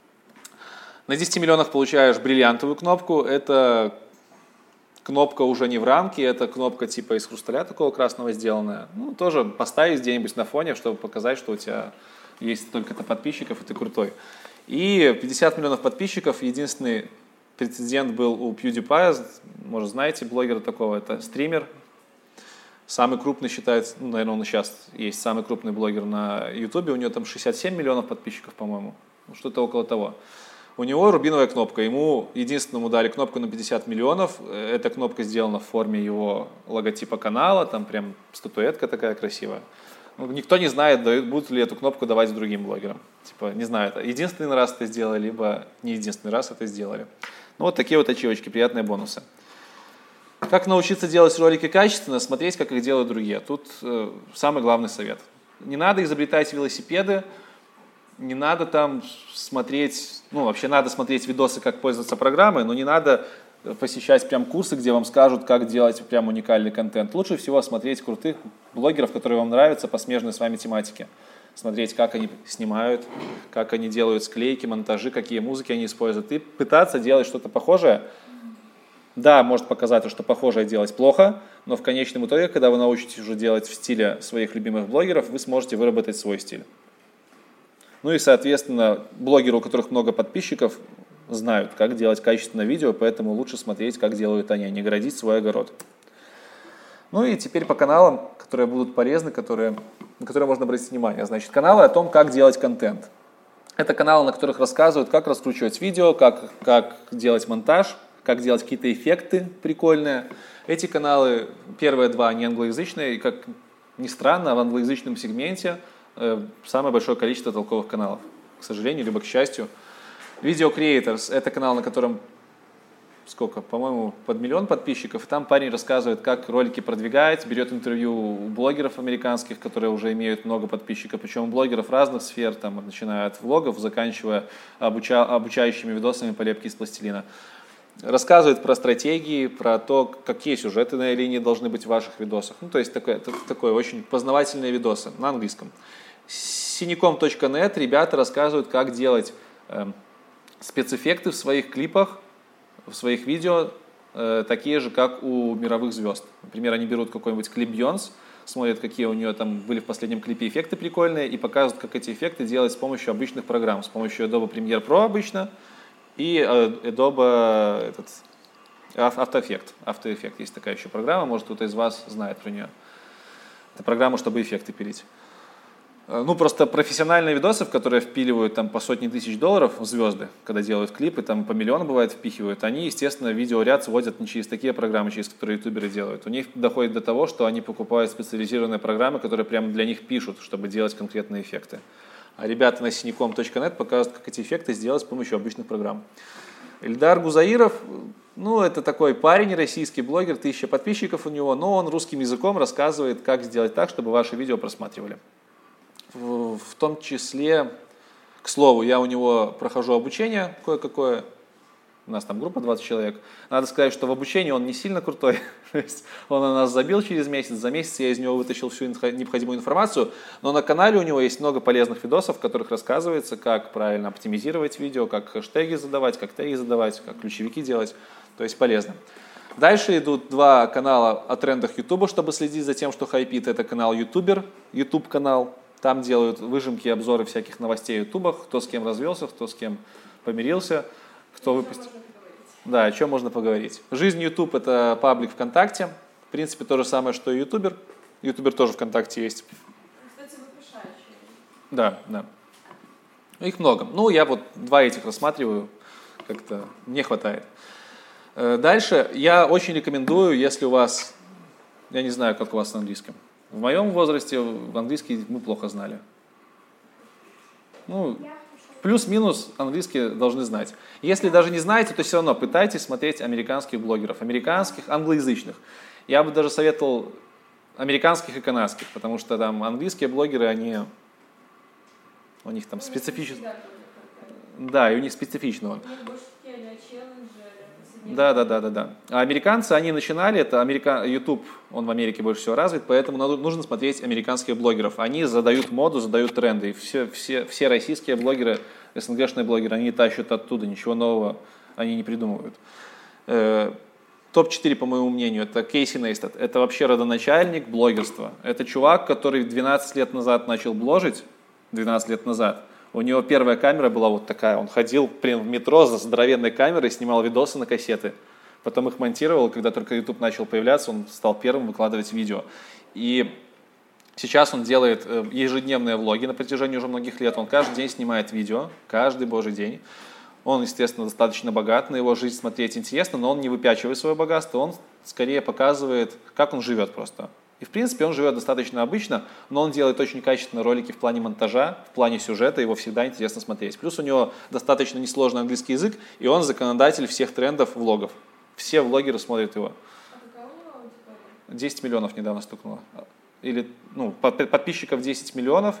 На 10 миллионах получаешь бриллиантовую кнопку. Это кнопка уже не в рамке, это кнопка типа из хрусталя такого красного сделанная. Ну, тоже поставить где-нибудь на фоне, чтобы показать, что у тебя есть столько-то подписчиков, и ты крутой. И 50 миллионов подписчиков. Единственный прецедент был у PewDiePie. Может, знаете блогера такого? Это стример. Самый крупный считается, ну, наверное, он и сейчас есть самый крупный блогер на YouTube. У него там 67 миллионов подписчиков, по-моему. Что-то около того. У него рубиновая кнопка. Ему единственному дали кнопку на 50 миллионов. Эта кнопка сделана в форме его логотипа канала. Там прям статуэтка такая красивая. Ну, никто не знает, будут ли эту кнопку давать другим блогерам. Типа, не знаю, это единственный раз это сделали, либо не единственный раз это сделали. Ну, вот такие вот ачивочки, приятные бонусы. Как научиться делать ролики качественно? Смотреть, как их делают другие. Тут самый главный совет. Не надо изобретать велосипеды, не надо там смотреть, ну, вообще надо смотреть видосы, как пользоваться программой, но не надо посещать прям курсы, где вам скажут, как делать прям уникальный контент. Лучше всего смотреть крутых блогеров, которые вам нравятся по смежной с вами тематике. Смотреть, как они снимают, как они делают склейки, монтажи, какие музыки они используют. И пытаться делать что-то похожее. Да, может показаться, что похожее делать плохо, но в конечном итоге, когда вы научитесь уже делать в стиле своих любимых блогеров, вы сможете выработать свой стиль. Ну и, соответственно, блогеры, у которых много подписчиков, знают, как делать качественное видео, поэтому лучше смотреть, как делают они, а не городить свой огород. Ну и теперь по каналам, которые будут полезны, на которые можно обратить внимание. Значит, каналы о том, как делать контент. Это каналы, на которых рассказывают, как раскручивать видео, как делать монтаж, как делать какие-то эффекты прикольные. Эти каналы, первые два, они англоязычные, и как не странно, в англоязычном сегменте самое большое количество толковых каналов, к сожалению, либо к счастью. Video Creators — это канал, на котором сколько, по-моему, под 1 миллион подписчиков. И там парень рассказывает, как ролики продвигать, берет интервью у блогеров американских, которые уже имеют много подписчиков, причем у блогеров разных сфер, там, начиная от влогов, заканчивая обучающими видосами по лепке из пластилина. Рассказывает про стратегии, про то, какие сюжеты на линии должны быть в ваших видосах. Ну, то есть такое очень познавательные видосы на английском. Синяком.нет ребята рассказывают, как делать спецэффекты в своих клипах, в своих видео, такие же, как у мировых звезд. Например, они берут какой-нибудь клип Бейонсе, смотрят, какие у нее там были в последнем клипе эффекты прикольные, и показывают, как эти эффекты делать с помощью обычных программ, с помощью Adobe Premiere Pro обычно, и Adobe After Effects. Есть такая еще программа, может, кто-то из вас знает про нее. Это программа, чтобы эффекты пилить. Ну, просто профессиональные видосы, в которые впиливают там по сотни тысяч долларов звезды, когда делают клипы, там по миллиону бывает впихивают, они, естественно, видеоряд сводят не через такие программы, через которые ютуберы делают. У них доходит до того, что они покупают специализированные программы, которые прямо для них пишут, чтобы делать конкретные эффекты. А ребята на синяком.нет показывают, как эти эффекты сделать с помощью обычных программ. Эльдар Гузаиров, ну, это такой парень, российский блогер, 1000 подписчиков у него, но он русским языком рассказывает, как сделать так, чтобы ваши видео просматривали. В том числе, к слову, я у него прохожу обучение кое-какое, у нас там группа 20 человек. Надо сказать, что в обучении он не сильно крутой, он на нас забил через месяц, за месяц я из него вытащил всю необходимую информацию, но на канале у него есть много полезных видосов, в которых рассказывается, как правильно оптимизировать видео, как хэштеги задавать, как теги задавать, как ключевики делать, то есть полезно. Дальше идут 2 канала о трендах Ютуба, чтобы следить за тем, что хайпит. Это канал Ютубер, YouTube канал. Там делают выжимки и обзоры всяких новостей в ютубах, кто с кем развелся, кто с кем помирился, кто выпустил. Да, о чем можно поговорить. Жизнь YouTube — это паблик ВКонтакте. В принципе, то же самое, что и ютубер. Ютубер тоже ВКонтакте есть. Кстати, выпишающие. Да. Их много. Ну, я вот 2 этих рассматриваю, как-то мне хватает. Дальше я очень рекомендую, если у вас, я не знаю, как у вас с английским. В моем возрасте в английский мы плохо знали. Ну, плюс-минус английский должны знать. Если даже не знаете, то все равно пытайтесь смотреть американских блогеров, американских, англоязычных. Я бы даже советовал американских и канадских, потому что там английские блогеры, у них там специфично. Да, и у них специфично. Да. А американцы, они начинали, это YouTube, он в Америке больше всего развит, поэтому нужно смотреть американских блогеров. Они задают моду, задают тренды. И все российские блогеры, СНГшные блогеры, они тащат оттуда, ничего нового они не придумывают. Топ-4, по моему мнению, это Кейси Нейстат. Это вообще родоначальник блогерства. Это чувак, который 12 лет назад начал бложить, 12 лет назад. У него первая камера была вот такая, он ходил прям в метро за здоровенной камерой, снимал видосы на кассеты, потом их монтировал, когда только YouTube начал появляться, он стал первым выкладывать видео. И сейчас он делает ежедневные влоги на протяжении уже многих лет, он каждый день снимает видео, каждый божий день. Он, естественно, достаточно богат, на его жизнь смотреть интересно, но он не выпячивает свое богатство, он скорее показывает, как он живет просто. И, в принципе, он живет достаточно обычно, но он делает очень качественные ролики в плане монтажа, в плане сюжета, его всегда интересно смотреть. Плюс у него достаточно несложный английский язык, и он законодатель всех трендов влогов. Все влогеры смотрят его. А какая у него аудитория? 10 миллионов недавно стукнуло. Или, подписчиков 10 миллионов.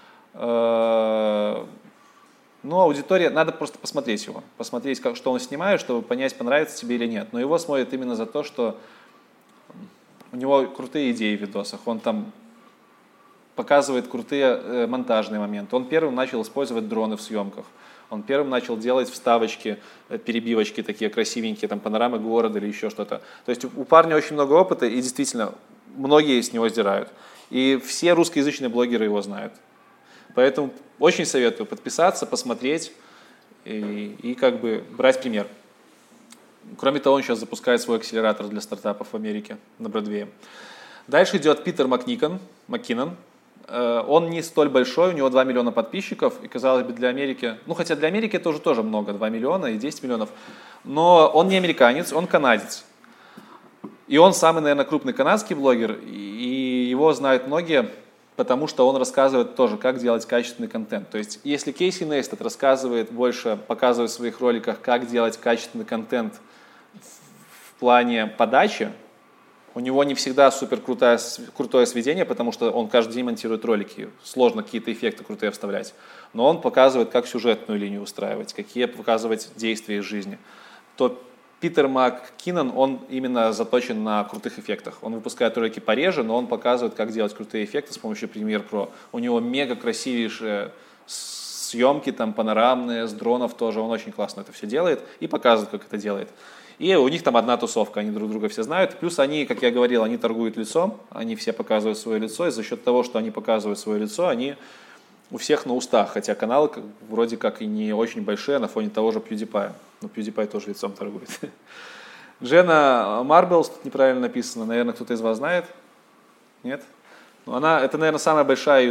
Ну, аудитория, надо просто посмотреть его, посмотреть, что он снимает, чтобы понять, понравится тебе или нет. Но его смотрят именно за то, что у него крутые идеи в видосах, он там показывает крутые монтажные моменты. Он первым начал использовать дроны в съемках. Он первым начал делать вставочки, перебивочки такие красивенькие, там панорамы города или еще что-то. То есть у парня очень много опыта, и действительно многие с него сдирают. И все русскоязычные блогеры его знают. Поэтому очень советую подписаться, посмотреть и как бы брать пример. Кроме того, он сейчас запускает свой акселератор для стартапов в Америке на Бродвее. Дальше идет Питер Маккинон. Он не столь большой, у него 2 миллиона подписчиков, и, казалось бы, для Америки, хотя для Америки это уже тоже много, 2 миллиона и 10 миллионов, но он не американец, он канадец. И он самый, наверное, крупный канадский блогер, и его знают многие, потому что он рассказывает тоже, как делать качественный контент. То есть, если Кейси Нейстат рассказывает больше, показывает в своих роликах, как делать качественный контент в плане подачи, у него не всегда супер крутое сведение, потому что он каждый день монтирует ролики, сложно какие-то эффекты крутые вставлять. Но он показывает, как сюжетную линию устраивать, какие показывать действия из жизни. То Питер МакКиннон, он именно заточен на крутых эффектах. Он выпускает ролики пореже, но он показывает, как делать крутые эффекты с помощью Premiere Pro. У него мега красивейшие съемки, там панорамные, с дронов тоже. Он очень классно это все делает и показывает, как это делает. И у них там одна тусовка, они друг друга все знают. Плюс они, как я говорил, они торгуют лицом, они все показывают свое лицо, и за счет того, что они показывают свое лицо, они у всех на устах, хотя каналы вроде как и не очень большие на фоне того же PewDiePie. Но PewDiePie тоже лицом торгует. Дженна Марблс, тут неправильно написано, наверное, кто-то из вас знает? Нет? Ну, это, наверное, самая большая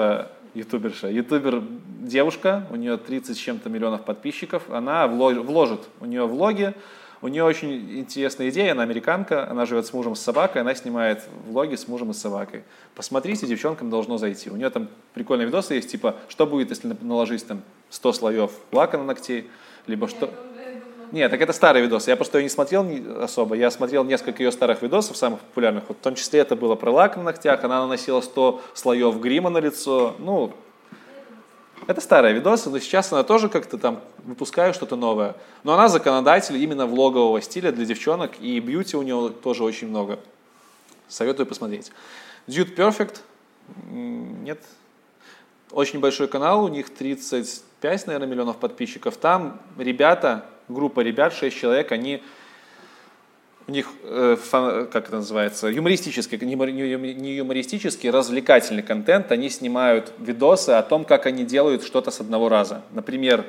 ютубер-девушка, у нее 30 с чем-то миллионов подписчиков, она вложит, у нее влоги, у нее очень интересная идея, она американка, она живет с мужем, с собакой, она снимает влоги с мужем и с собакой. Посмотрите, девчонкам должно зайти. У нее там прикольные видосы есть, типа, что будет, если наложить там 100 слоев лака на ногтей, либо что... Нет, так это старый видос. Я просто ее не смотрел особо. Я смотрел несколько ее старых видосов, самых популярных. Вот в том числе это было про лак на ногтях. Она наносила 100 слоев грима на лицо. Ну, это старые видосы, но сейчас она тоже как-то там выпускает что-то новое. Но она законодатель именно влогового стиля для девчонок. И бьюти у нее тоже очень много. Советую посмотреть. Dude Perfect. Нет. Очень большой канал. У них 35, наверное, миллионов подписчиков. Там ребята... Группа ребят, 6 человек, у них, как это называется, юмористический, не юмористический, развлекательный контент. Они снимают видосы о том, как они делают что-то с одного раза. Например,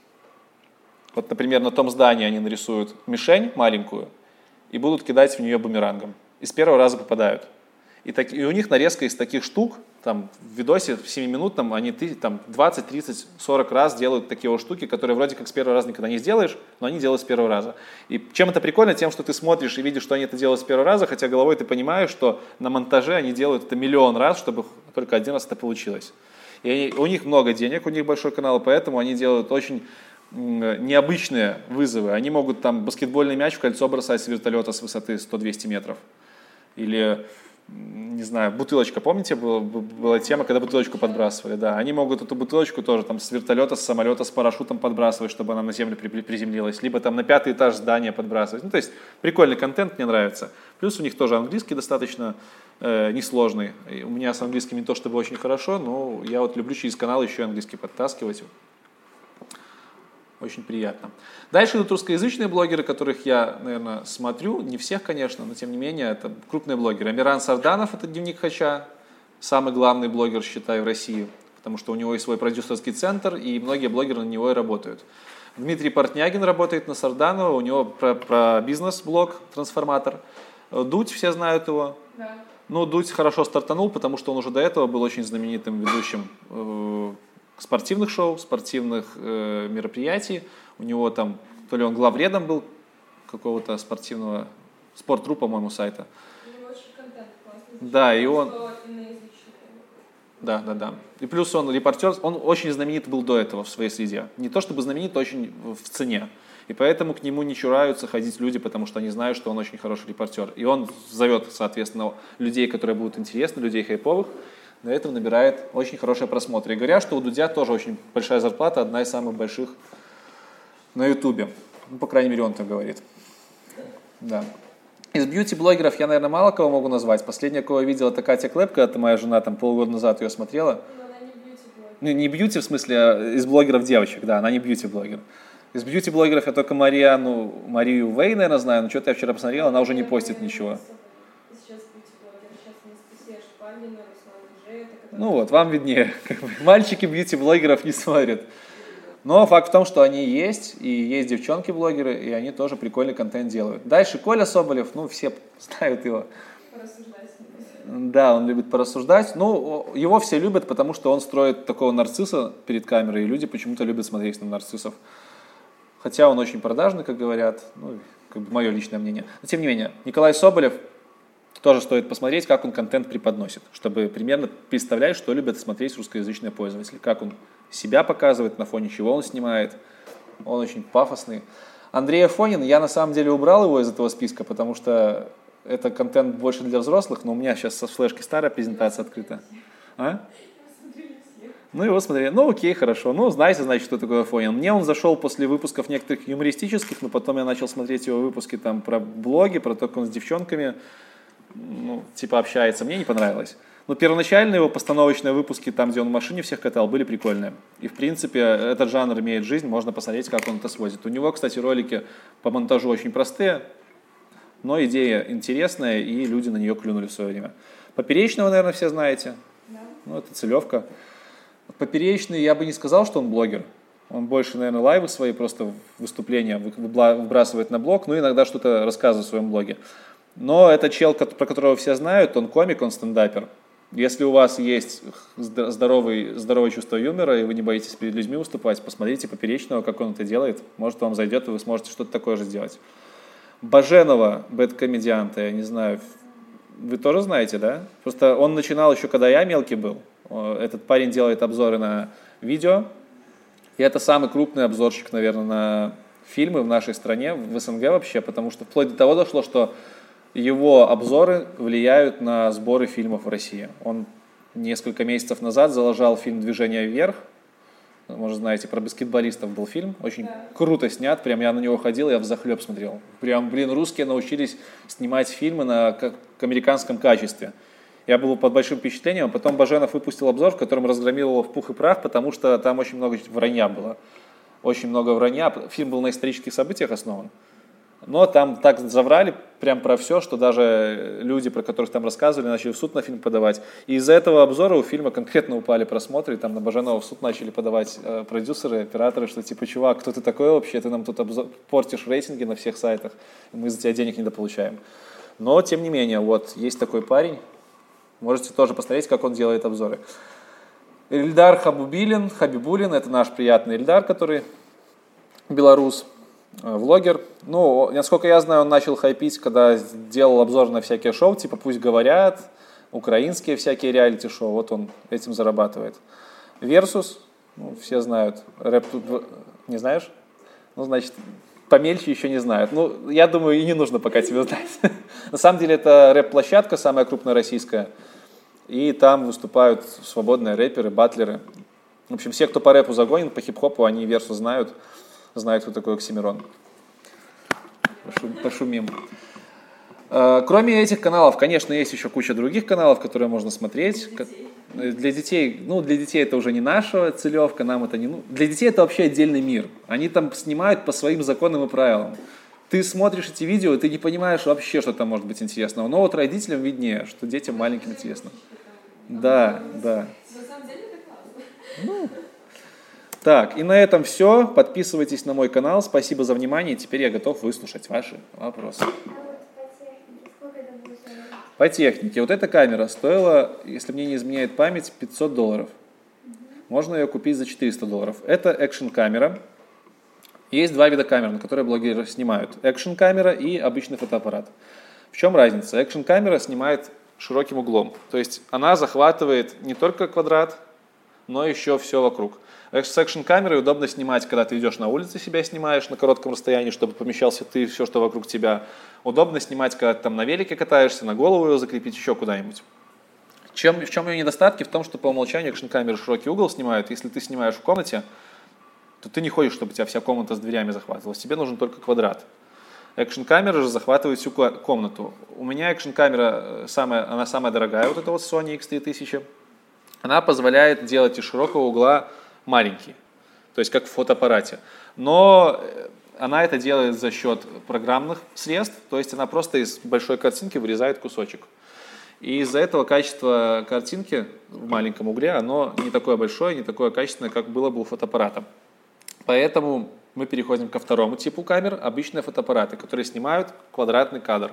на том здании они нарисуют мишень маленькую и будут кидать в нее бумерангом. И с первого раза попадают. И у них нарезка из таких штук, там, в видосе в 7-минутном они там, 20, 30, 40 раз делают такие вот штуки, которые вроде как с первого раза никогда не сделаешь, но они делают с первого раза. И чем это прикольно? Тем, что ты смотришь и видишь, что они это делают с первого раза, хотя головой ты понимаешь, что на монтаже они делают это миллион раз, чтобы только один раз это получилось. И у них много денег, у них большой канал, поэтому они делают очень необычные вызовы. Они могут там баскетбольный мяч в кольцо бросать с вертолета с высоты 100-200 метров. Или... не знаю, бутылочка, помните, была тема, когда бутылочку подбрасывали, да, они могут эту бутылочку тоже там с вертолета, с самолета, с парашютом подбрасывать, чтобы она на землю приземлилась, либо там на 5-й этаж здания подбрасывать, ну, то есть прикольный контент, мне нравится. Плюс у них тоже английский достаточно несложный, и у меня с английским не то чтобы очень хорошо, но я вот люблю через канал еще английский подтаскивать. Очень приятно. Дальше идут русскоязычные блогеры, которых я, наверное, смотрю. Не всех, конечно, но тем не менее, это крупные блогеры. Амиран Сарданов, это Дневник Хача, самый главный блогер, считаю, в России, потому что у него есть свой продюсерский центр, и многие блогеры на него и работают. Дмитрий Портнягин работает на Сарданова, у него про бизнес-блог «Трансформатор». Дудь, все знают его. Да. Ну, Дудь хорошо стартанул, потому что он уже до этого был очень знаменитым ведущим спортивных шоу, спортивных мероприятий. У него там, то ли он главредом был какого-то спортивного, Спорт.ру, по-моему, сайта. У него очень контент классный. Да, и он... Да. И плюс он репортер, он очень знаменит был до этого в своей среде. Не то чтобы знаменит, очень в цене. И поэтому к нему не чураются ходить люди, потому что они знают, что он очень хороший репортер. И он зовет, соответственно, людей, которые будут интересны, людей хайповых. Для этого набирает очень хорошие просмотры. И говорят, что у Дудя тоже очень большая зарплата, одна из самых больших на Ютубе. Ну, по крайней мере, он так говорит. Да. Из бьюти-блогеров я, наверное, мало кого могу назвать. Последняя, кого я видел, это Катя Клэп, когда моя жена там полгода назад ее смотрела. Но она не бьюти-блогер. Ну, не бьюти, в смысле, а из блогеров девочек, да, она не бьюти-блогер. Из бьюти-блогеров я только Марию Вэй, наверное, знаю, но что-то я вчера посмотрел, она уже не постит ничего. Сейчас бьюти-блогер, сейчас Анастасия Шпагина, Ну вот, вам виднее. Мальчики бьюти-блогеров не смотрят. Но факт в том, что они есть, и есть девчонки-блогеры, и они тоже прикольный контент делают. Дальше Коля Соболев, ну все знают его. Порассуждать. Да, он любит порассуждать. Ну, его все любят, потому что он строит такого нарцисса перед камерой, и люди почему-то любят смотреть на нарциссов. Хотя он очень продажный, как говорят, ну, как бы мое личное мнение. Но тем не менее, Николай Соболев, Тоже стоит посмотреть, как он контент преподносит, чтобы примерно представлять, что любят смотреть русскоязычные пользователи, как он себя показывает, на фоне чего он снимает. Он очень пафосный. Андрей Афонин, я на самом деле убрал его из этого списка, потому что это контент больше для взрослых, но у меня сейчас со флешки старая презентация открыта. А? Ну, его смотрели. Ну, окей, хорошо. Ну, знаете, значит, что такое Афонин. Мне он зашел после выпусков некоторых юмористических, но потом я начал смотреть его выпуски там про блоги, про то, как он с девчонками, ну, типа общается. Мне не понравилось. Но первоначально его постановочные выпуски, там, где он в машине всех катал, были прикольные. И, в принципе, этот жанр имеет жизнь, можно посмотреть, как он это сводит. У него, кстати, ролики по монтажу очень простые, но идея интересная, и люди на нее клюнули в свое время. Поперечного, наверное, все знаете. Ну, это целевка. Поперечный, я бы не сказал, что он блогер. Он больше, наверное, лайвы свои, просто выступления выбрасывает на блог, ну, иногда что-то рассказывает в своем блоге. Но это чел, про которого все знают, он комик, он стендапер. Если у вас есть здоровое чувство юмора, и вы не боитесь перед людьми выступать, посмотрите Поперечного, как он это делает. Может, вам зайдет, и вы сможете что-то такое же сделать. Баженова, бэдкомедианта, я не знаю, вы тоже знаете, да? Просто он начинал еще, когда я мелкий был. Этот парень делает обзоры на видео, и это самый крупный обзорщик, наверное, на фильмы в нашей стране, в СНГ вообще, потому что вплоть до того дошло, что его обзоры влияют на сборы фильмов в России. Он несколько месяцев назад заложил фильм «Движение вверх». Может, знаете, про баскетболистов был фильм. Очень круто снят. Прям я на него ходил, я взахлеб смотрел. Прям, русские научились снимать фильмы на американском качестве. Я был под большим впечатлением. А потом Баженов выпустил обзор, в котором разгромил его в пух и прах, потому что там очень много вранья было. Очень много вранья. Фильм был на исторических событиях основан. Но там так заврали прям про все, что даже люди, про которых там рассказывали, начали в суд на фильм подавать. И из-за этого обзора у фильма конкретно упали просмотры, и там на Баженова в суд начали подавать продюсеры, операторы, что типа, чувак, кто ты такой вообще, ты нам тут портишь рейтинги на всех сайтах, и мы за тебя денег недополучаем. Но, тем не менее, вот, есть такой парень, можете тоже посмотреть, как он делает обзоры. Ильдар Хабибулин, это наш приятный Ильдар, который белорус, влогер. Ну, насколько я знаю, он начал хайпить, когда делал обзор на всякие шоу, типа «Пусть говорят», украинские всякие реалити-шоу. Вот он этим зарабатывает. Версус, ну, все знают. Рэп тут... Не знаешь? Ну, значит, помельче еще не знают. Ну, я думаю, и не нужно пока тебе знать. На самом деле, это рэп-площадка, самая крупная российская. И там выступают свободные рэперы, батлеры. В общем, все, кто по рэпу загонен, по хип-хопу, они Версус знают, кто такой Оксимирон. Пошумим. Кроме этих каналов, конечно, есть еще куча других каналов, которые можно смотреть. Для детей, это уже не наша целевка, нам это не... Для детей это вообще отдельный мир. Они там снимают по своим законам и правилам. Ты смотришь эти видео, и ты не понимаешь вообще, что там может быть интересного. Но вот родителям виднее, что детям маленьким интересно. Да. На самом деле это классно. Так, и на этом все. Подписывайтесь на мой канал. Спасибо за внимание. Теперь я готов выслушать ваши вопросы. А вот по технике, сколько это будет стоить? По технике. Вот эта камера стоила, если мне не изменяет память, $500. Можно ее купить за $400. Это экшн-камера. Есть два вида камер, на которые блогеры снимают. Экшн-камера и обычный фотоаппарат. В чем разница? Экшн-камера снимает широким углом. То есть она захватывает не только квадрат, но еще все вокруг. С экшн-камерой удобно снимать, когда ты идешь на улице, себя снимаешь на коротком расстоянии, чтобы помещался ты и все, что вокруг тебя. Удобно снимать, когда ты там на велике катаешься, на голову его закрепить, еще куда-нибудь. В чем ее недостатки? В том, что по умолчанию экшн-камеры широкий угол снимают. Если ты снимаешь в комнате, то ты не хочешь, чтобы у тебя вся комната с дверями захватывалась. Тебе нужен только квадрат. Экшн-камера же захватывает всю комнату. У меня экшн-камера, она самая дорогая, вот эта вот Sony X3000. Она позволяет делать из широкого угла маленький, то есть как в фотоаппарате. Но она это делает за счет программных средств, то есть она просто из большой картинки вырезает кусочек. И из-за этого качество картинки в маленьком угле, оно не такое большое, не такое качественное, как было бы у фотоаппарата. Поэтому мы переходим ко второму типу камер, обычные фотоаппараты, которые снимают квадратный кадр.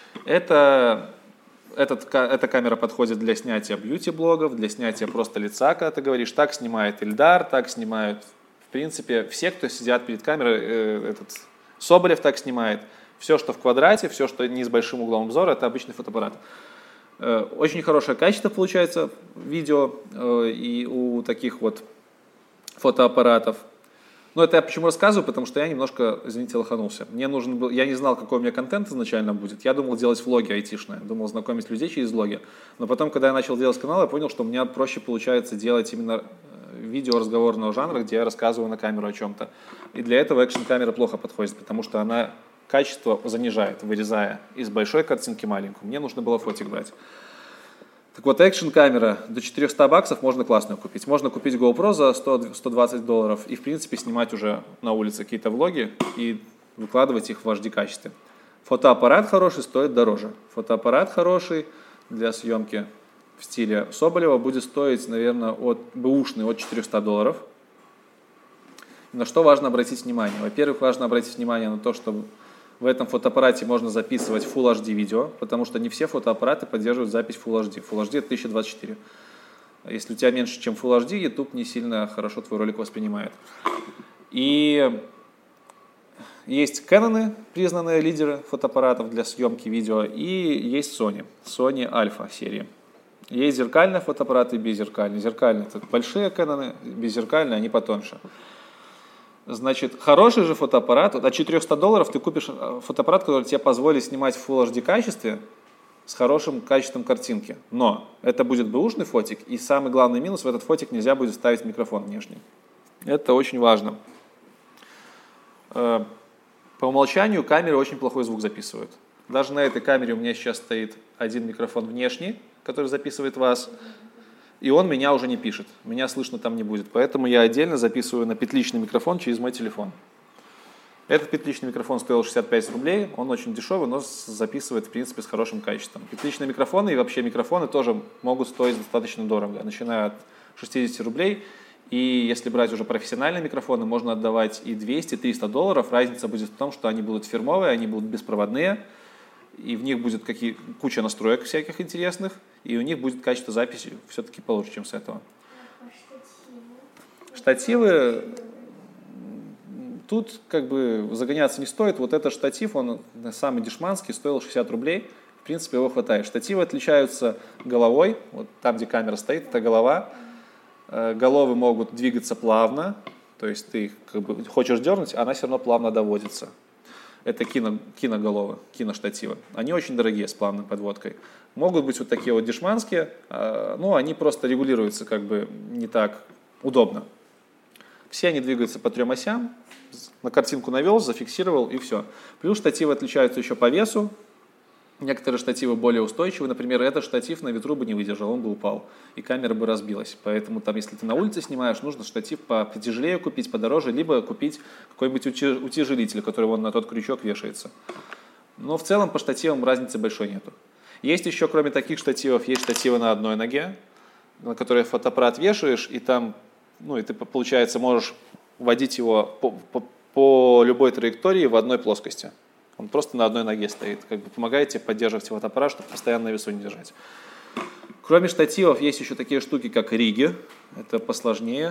Эта камера подходит для снятия бьюти-блогов, для снятия просто лица, когда ты говоришь, так снимает Ильдар, так снимают, в принципе, все, кто сидят перед камерой, Соболев так снимает, Все, что в квадрате, все, что не с большим углом обзора, это обычный фотоаппарат. Очень хорошее качество получается видео и у таких вот фотоаппаратов. Но это я почему рассказываю, потому что я немножко, извините, лоханулся. Мне нужен был, я не знал, какой у меня контент изначально будет. Я думал делать влоги айтишные, думал знакомить людей через влоги. Но потом, когда я начал делать канал, я понял, что у меня проще получается делать именно видео разговорного жанра, где я рассказываю на камеру о чем-то. И для этого экшн-камера плохо подходит, потому что она качество занижает, вырезая из большой картинки маленькую. Мне нужно было фотик брать. Так вот, экшн-камера до $400 можно классную купить. Можно купить GoPro за $100-120 и, в принципе, снимать уже на улице какие-то влоги и выкладывать их в HD качестве. Фотоаппарат хороший стоит дороже. Фотоаппарат хороший для съемки в стиле Соболева будет стоить, наверное, бэушный от $400. На что важно обратить внимание? Во-первых, важно обратить внимание на то, что в этом фотоаппарате можно записывать Full HD видео, потому что не все фотоаппараты поддерживают запись Full HD. Full HD это 1024. Если у тебя меньше, чем Full HD, YouTube не сильно хорошо твой ролик воспринимает. И есть Canon, признанные лидеры фотоаппаратов для съемки видео, и есть Sony Alpha серии. Есть зеркальные фотоаппараты и беззеркальные. Зеркальные это большие Canon, беззеркальные они потоньше. Значит, хороший же фотоаппарат, от $400 ты купишь фотоаппарат, который тебе позволит снимать в Full HD качестве с хорошим качеством картинки. Но это будет бэушный фотик, и самый главный минус, в этот фотик нельзя будет вставить микрофон внешний. Это очень важно. По умолчанию камеры очень плохой звук записывают. Даже на этой камере у меня сейчас стоит один микрофон внешний, который записывает вас. И он меня уже не пишет, меня слышно там не будет. Поэтому я отдельно записываю на петличный микрофон через мой телефон. Этот петличный микрофон стоил 65 рублей, он очень дешевый, но записывает, в принципе, с хорошим качеством. Петличные микрофоны и вообще микрофоны тоже могут стоить достаточно дорого, начиная от 60 рублей. И если брать уже профессиональные микрофоны, можно отдавать и $200-300. Разница будет в том, что они будут фирмовые, они будут беспроводные, и в них будет куча настроек всяких интересных, и у них будет качество записи все-таки получше, чем с этого. Штативы, тут как бы загоняться не стоит. Вот этот штатив, он самый дешманский, стоил 60 рублей. В принципе, его хватает. Штативы отличаются головой. Вот там, где камера стоит, это голова. Головы могут двигаться плавно, то есть ты их как бы хочешь дернуть, а она все равно плавно доводится. Это киноголовы, киноштативы. Они очень дорогие, с плавной подводкой. Могут быть вот такие вот дешманские, но они просто регулируются как бы не так удобно. Все они двигаются по 3 осям, на картинку навел, зафиксировал и все. Плюс штативы отличаются еще по весу. Некоторые штативы более устойчивы. Например, этот штатив на ветру бы не выдержал, он бы упал, и камера бы разбилась. Поэтому там, если ты на улице снимаешь, нужно штатив потяжелее купить, подороже, либо купить какой-нибудь утяжелитель, который вон на тот крючок вешается. Но в целом по штативам разницы большой нету. Есть еще, кроме таких штативов, есть штативы на одной ноге, на которые фотоаппарат вешаешь, и там, и ты, получается, можешь водить его по любой траектории в одной плоскости. Он просто на одной ноге стоит, как бы помогает тебе поддерживать фотоаппарат, чтобы постоянно на весу не держать. Кроме штативов есть еще такие штуки, как риги. Это посложнее.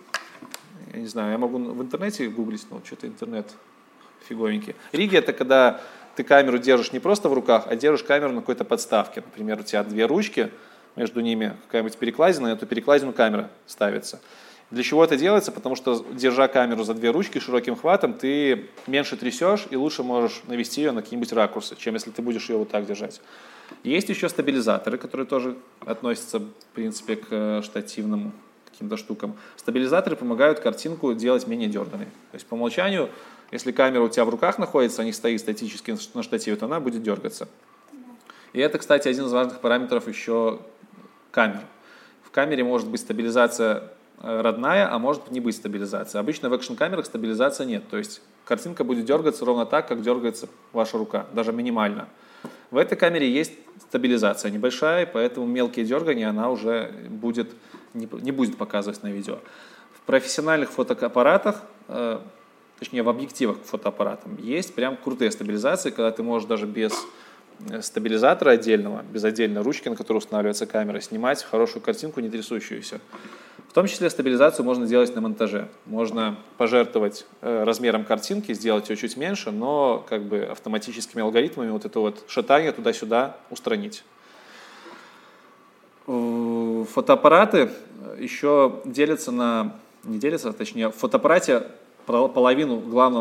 Я не знаю, я могу в интернете гуглить, но что-то интернет фиговенький. Риги — это когда ты камеру держишь не просто в руках, а держишь камеру на какой-то подставке. Например, у тебя 2 ручки, между ними какая-нибудь перекладина, и на эту перекладину камера ставится. Для чего это делается? Потому что, держа камеру за 2 ручки широким хватом, ты меньше трясешь и лучше можешь навести ее на какие-нибудь ракурсы, чем если ты будешь ее вот так держать. Есть еще стабилизаторы, которые тоже относятся, в принципе, к штативным каким-то штукам. Стабилизаторы помогают картинку делать менее дерганой. То есть по умолчанию, если камера у тебя в руках находится, а не стоит статически на штативе, то она будет дергаться. И это, кстати, один из важных параметров еще камер. В камере может быть стабилизация родная, а может не быть стабилизация. Обычно в экшн-камерах стабилизации нет. То есть картинка будет дергаться ровно так, как дергается ваша рука, даже минимально. В этой камере есть стабилизация небольшая, поэтому мелкие дергания она уже не будет показывать на видео. В профессиональных фотоаппаратах, точнее в объективах к фотоаппаратам, есть прям крутые стабилизации, когда ты можешь даже без стабилизатора отдельного, без отдельной ручки, на которой устанавливается камера, снимать хорошую картинку, не трясущуюся. В том числе стабилизацию можно делать на монтаже. Можно пожертвовать размером картинки, сделать ее чуть меньше, но как бы автоматическими алгоритмами вот это вот шатание туда-сюда устранить. Фотоаппараты еще делятся на... Не делятся, точнее, в фотоаппарате половину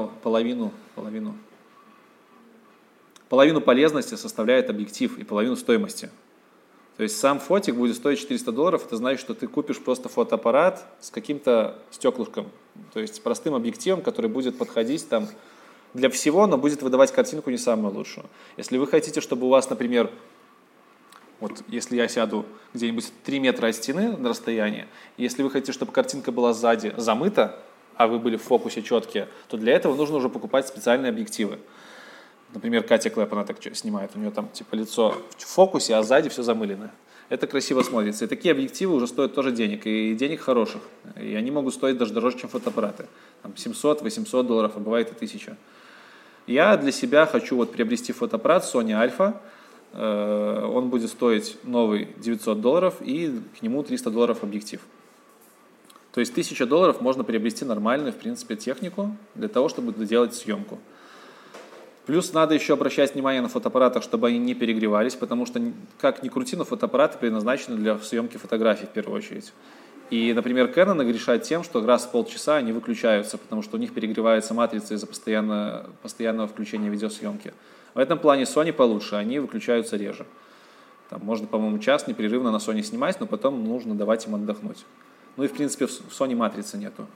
полезности составляет объектив и половину стоимости. То есть сам фотик будет стоить $400, это значит, что ты купишь просто фотоаппарат с каким-то стеклышком, то есть простым объективом, который будет подходить там для всего, но будет выдавать картинку не самую лучшую. Если вы хотите, чтобы у вас, например, вот если я сяду где-нибудь 3 метра от стены на расстоянии, если вы хотите, чтобы картинка была сзади замыта, а вы были в фокусе четкие, то для этого нужно уже покупать специальные объективы. Например, Катя Клэп, она так снимает, у нее там типа лицо в фокусе, а сзади все замылено. Это красиво смотрится. И такие объективы уже стоят тоже денег, и денег хороших. И они могут стоить даже дороже, чем фотоаппараты. Там $700-800, а бывает и 1000. Я для себя хочу вот приобрести фотоаппарат Sony Alpha. Он будет стоить новый $900 и к нему $300 объектив. То есть $1000 можно приобрести нормальную, в принципе, технику для того, чтобы делать съемку. Плюс надо еще обращать внимание на фотоаппаратах, чтобы они не перегревались, потому что, как ни крути, но фотоаппараты предназначены для съемки фотографий в первую очередь. И, например, Canon грешат тем, что раз в полчаса они выключаются, потому что у них перегревается матрица из-за постоянного включения видеосъемки. В этом плане Sony получше, они выключаются реже. Там можно, по-моему, час непрерывно на Sony снимать, но потом нужно давать им отдохнуть. Ну и, в принципе, в Sony матрицы нету.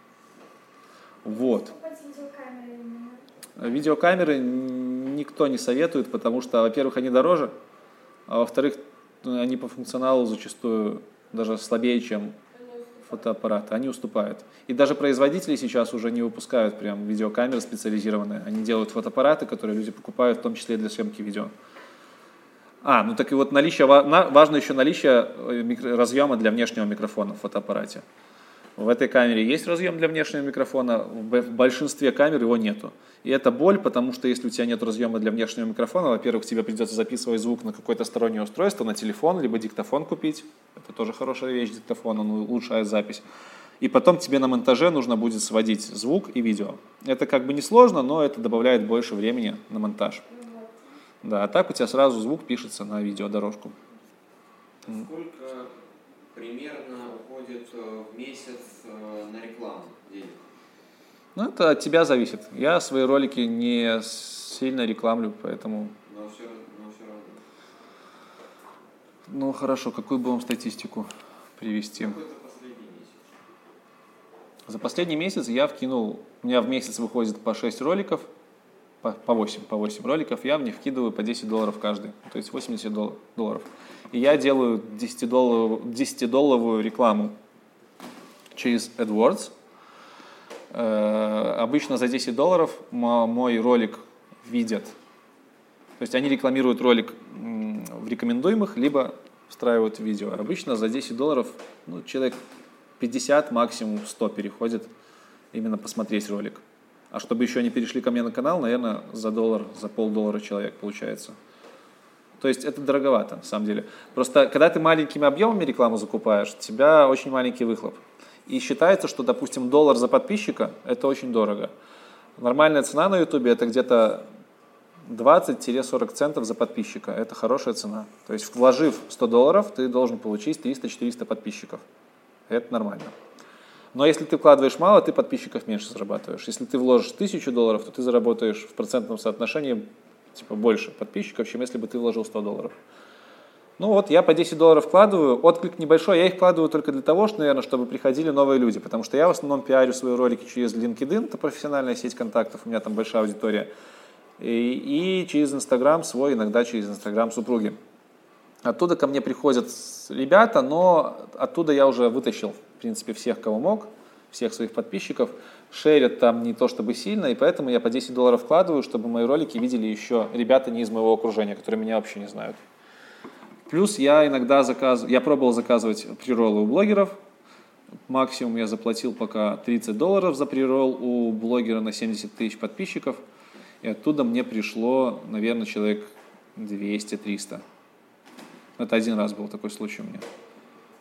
Вот. Видеокамеры никто не советует, потому что, во-первых, они дороже, а во-вторых, они по функционалу зачастую даже слабее, чем фотоаппараты. Они уступают. И даже производители сейчас уже не выпускают прям видеокамеры специализированные. Они делают фотоаппараты, которые люди покупают, в том числе и для съемки видео. Ну так и вот важно еще наличие разъема для внешнего микрофона в фотоаппарате. В этой камере есть разъем для внешнего микрофона, в большинстве камер его нету. И это боль, потому что если у тебя нет разъема для внешнего микрофона, во-первых, тебе придется записывать звук на какое-то стороннее устройство, на телефон, либо диктофон купить. Это тоже хорошая вещь, диктофон, он улучшает запись. И потом тебе на монтаже нужно будет сводить звук и видео. Это как бы несложно, но это добавляет больше времени на монтаж. Да, а так у тебя сразу звук пишется на видеодорожку. Сколько примерно уходит в месяц на рекламу денег? Это от тебя зависит. Я свои ролики не сильно рекламлю, поэтому... Но все равно. Хорошо, какую бы вам статистику привести? Какой-то последний месяц. За последний месяц я вкинул... У меня в месяц выходит по 6 роликов, по 8 роликов, я в них вкидываю по $10 каждый, то есть $80. И я делаю 10-долларовую рекламу через AdWords. Обычно за $10 мой ролик видят. То есть они рекламируют ролик в рекомендуемых, либо встраивают в видео. Обычно за $10 человек 50, максимум 100 переходит именно посмотреть ролик. А чтобы еще они перешли ко мне на канал, наверное, за $1, за $0.50 человек получается. То есть это дороговато, на самом деле. Просто когда ты маленькими объемами рекламу закупаешь, у тебя очень маленький выхлоп. И считается, что, допустим, $1 за подписчика – это очень дорого. Нормальная цена на YouTube – это где-то 20-40 центов за подписчика. Это хорошая цена. То есть, вложив $100, ты должен получить 300-400 подписчиков. Это нормально. Но если ты вкладываешь мало, ты подписчиков меньше зарабатываешь. Если ты вложишь $1000, то ты заработаешь в процентном соотношении больше подписчиков, чем если бы ты вложил $100. Я по $10 вкладываю, отклик небольшой, я их вкладываю только для того, чтобы приходили новые люди, потому что я в основном пиарю свои ролики через LinkedIn, это профессиональная сеть контактов, у меня там большая аудитория, и через Instagram свой, иногда через Instagram супруги. Оттуда ко мне приходят ребята, но оттуда я уже вытащил, в принципе, всех, кого мог, всех своих подписчиков, шерят там не то чтобы сильно, и поэтому я по $10 вкладываю, чтобы мои ролики видели еще ребята не из моего окружения, которые меня вообще не знают. Плюс я иногда я пробовал заказывать прероллы у блогеров, максимум я заплатил пока $30 за преролл у блогера на 70 тысяч подписчиков, и оттуда мне пришло, наверное, человек 200-300. Это один раз был такой случай у меня.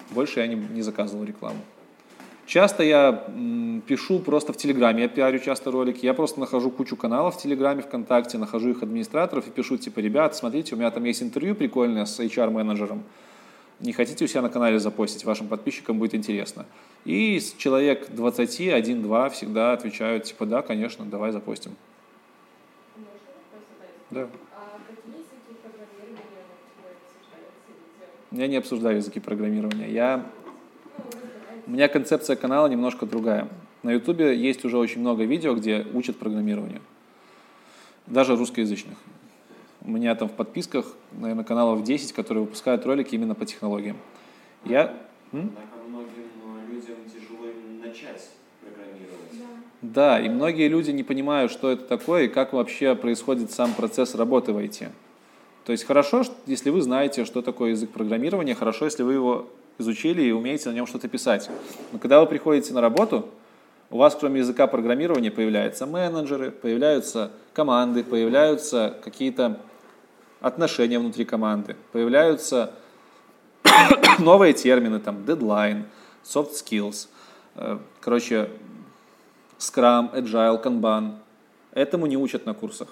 Больше я не заказывал рекламу. Часто я пишу просто в Телеграме, я пиарю часто ролики, я просто нахожу кучу каналов в Телеграме, ВКонтакте, нахожу их администраторов и пишу, типа, ребят, смотрите, у меня там есть интервью прикольное с HR-менеджером, не хотите у себя на канале запостить, вашим подписчикам будет интересно. И человек 20, 1-2 всегда отвечают, типа, да, конечно, давай запостим. Можно вопрос задать? Да. А какие языки программирования вы обсуждаете или Я не обсуждаю языки программирования. У меня концепция канала немножко другая. На Ютубе есть уже очень много видео, где учат программированию. Даже русскоязычных. У меня там в подписках, наверное, каналов 10, которые выпускают ролики именно по технологиям. Однако многим людям тяжело начать программировать. Да, и многие люди не понимают, что это такое и как вообще происходит сам процесс работы в IT. То есть хорошо, если вы знаете, что такое язык программирования, хорошо, если вы его изучили и умеете на нем что-то писать. Но когда вы приходите на работу, у вас кроме языка программирования появляются менеджеры, появляются команды, появляются какие-то отношения внутри команды, появляются новые термины, там, deadline, soft skills, короче, Scrum, Agile, Kanban. Этому не учат на курсах.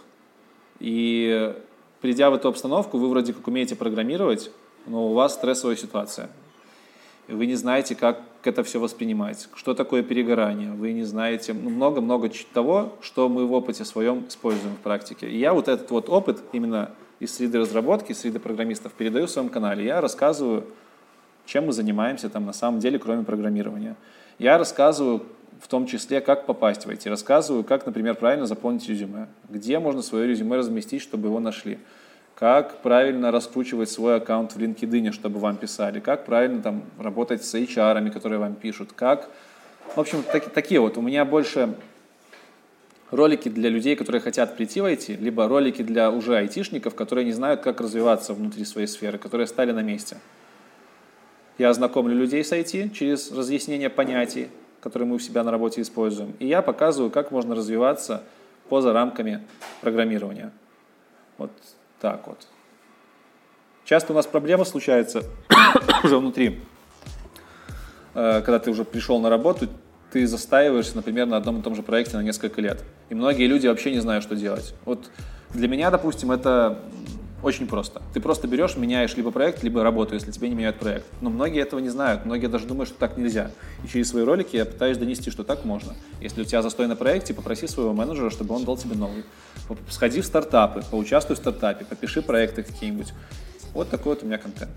И придя в эту обстановку, вы вроде как умеете программировать, но у вас стрессовая ситуация. И вы не знаете, как это все воспринимать, что такое перегорание, вы не знаете много-много того, что мы в опыте своем используем в практике. И я вот этот вот опыт именно из среды разработки, из среды программистов передаю в своем канале. Я рассказываю, чем мы занимаемся там на самом деле, кроме программирования. Я рассказываю в том числе, как попасть в IT, рассказываю, как, например, правильно заполнить резюме, где можно свое резюме разместить, чтобы его нашли. Как правильно раскручивать свой аккаунт в LinkedIn, чтобы вам писали, как правильно там работать с HR-ами, которые вам пишут, как... В общем, такие вот. У меня больше ролики для людей, которые хотят прийти в IT, либо ролики для уже айтишников, которые не знают, как развиваться внутри своей сферы, которые стали на месте. Я знакомлю людей с IT через разъяснение понятий, которые мы у себя на работе используем, и я показываю, как можно развиваться поза рамками программирования. Вот. Так вот. Часто у нас проблема случается уже внутри. Когда ты уже пришел на работу, ты застаиваешься, например, на одном и том же проекте на несколько лет. И многие люди вообще не знают, что делать. Вот для меня, допустим, это очень просто. Ты просто берешь, меняешь либо проект, либо работу, если тебе не меняют проект. Но многие этого не знают. Многие даже думают, что так нельзя. И через свои ролики я пытаюсь донести, что так можно. Если у тебя застой на проекте, попроси своего менеджера, чтобы он дал тебе новый. Сходи в стартапы, поучаствуй в стартапе, попиши проекты какие-нибудь. Вот такой вот у меня контент.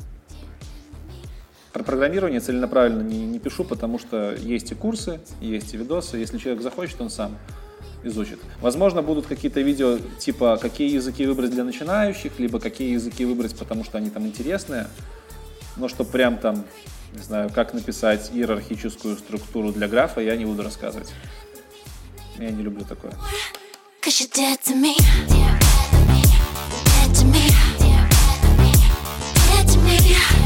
Про программирование целенаправленно не пишу, потому что есть и курсы, есть и видосы. Если человек захочет, он сам изучит. Возможно, будут какие-то видео типа какие языки выбрать для начинающих, либо какие языки выбрать, потому что они там интересные. Но что прям там, не знаю, как написать иерархическую структуру для графа, я не буду рассказывать. Я не люблю такое. 'Cause you're dead to me. Dead to me. Dead to me.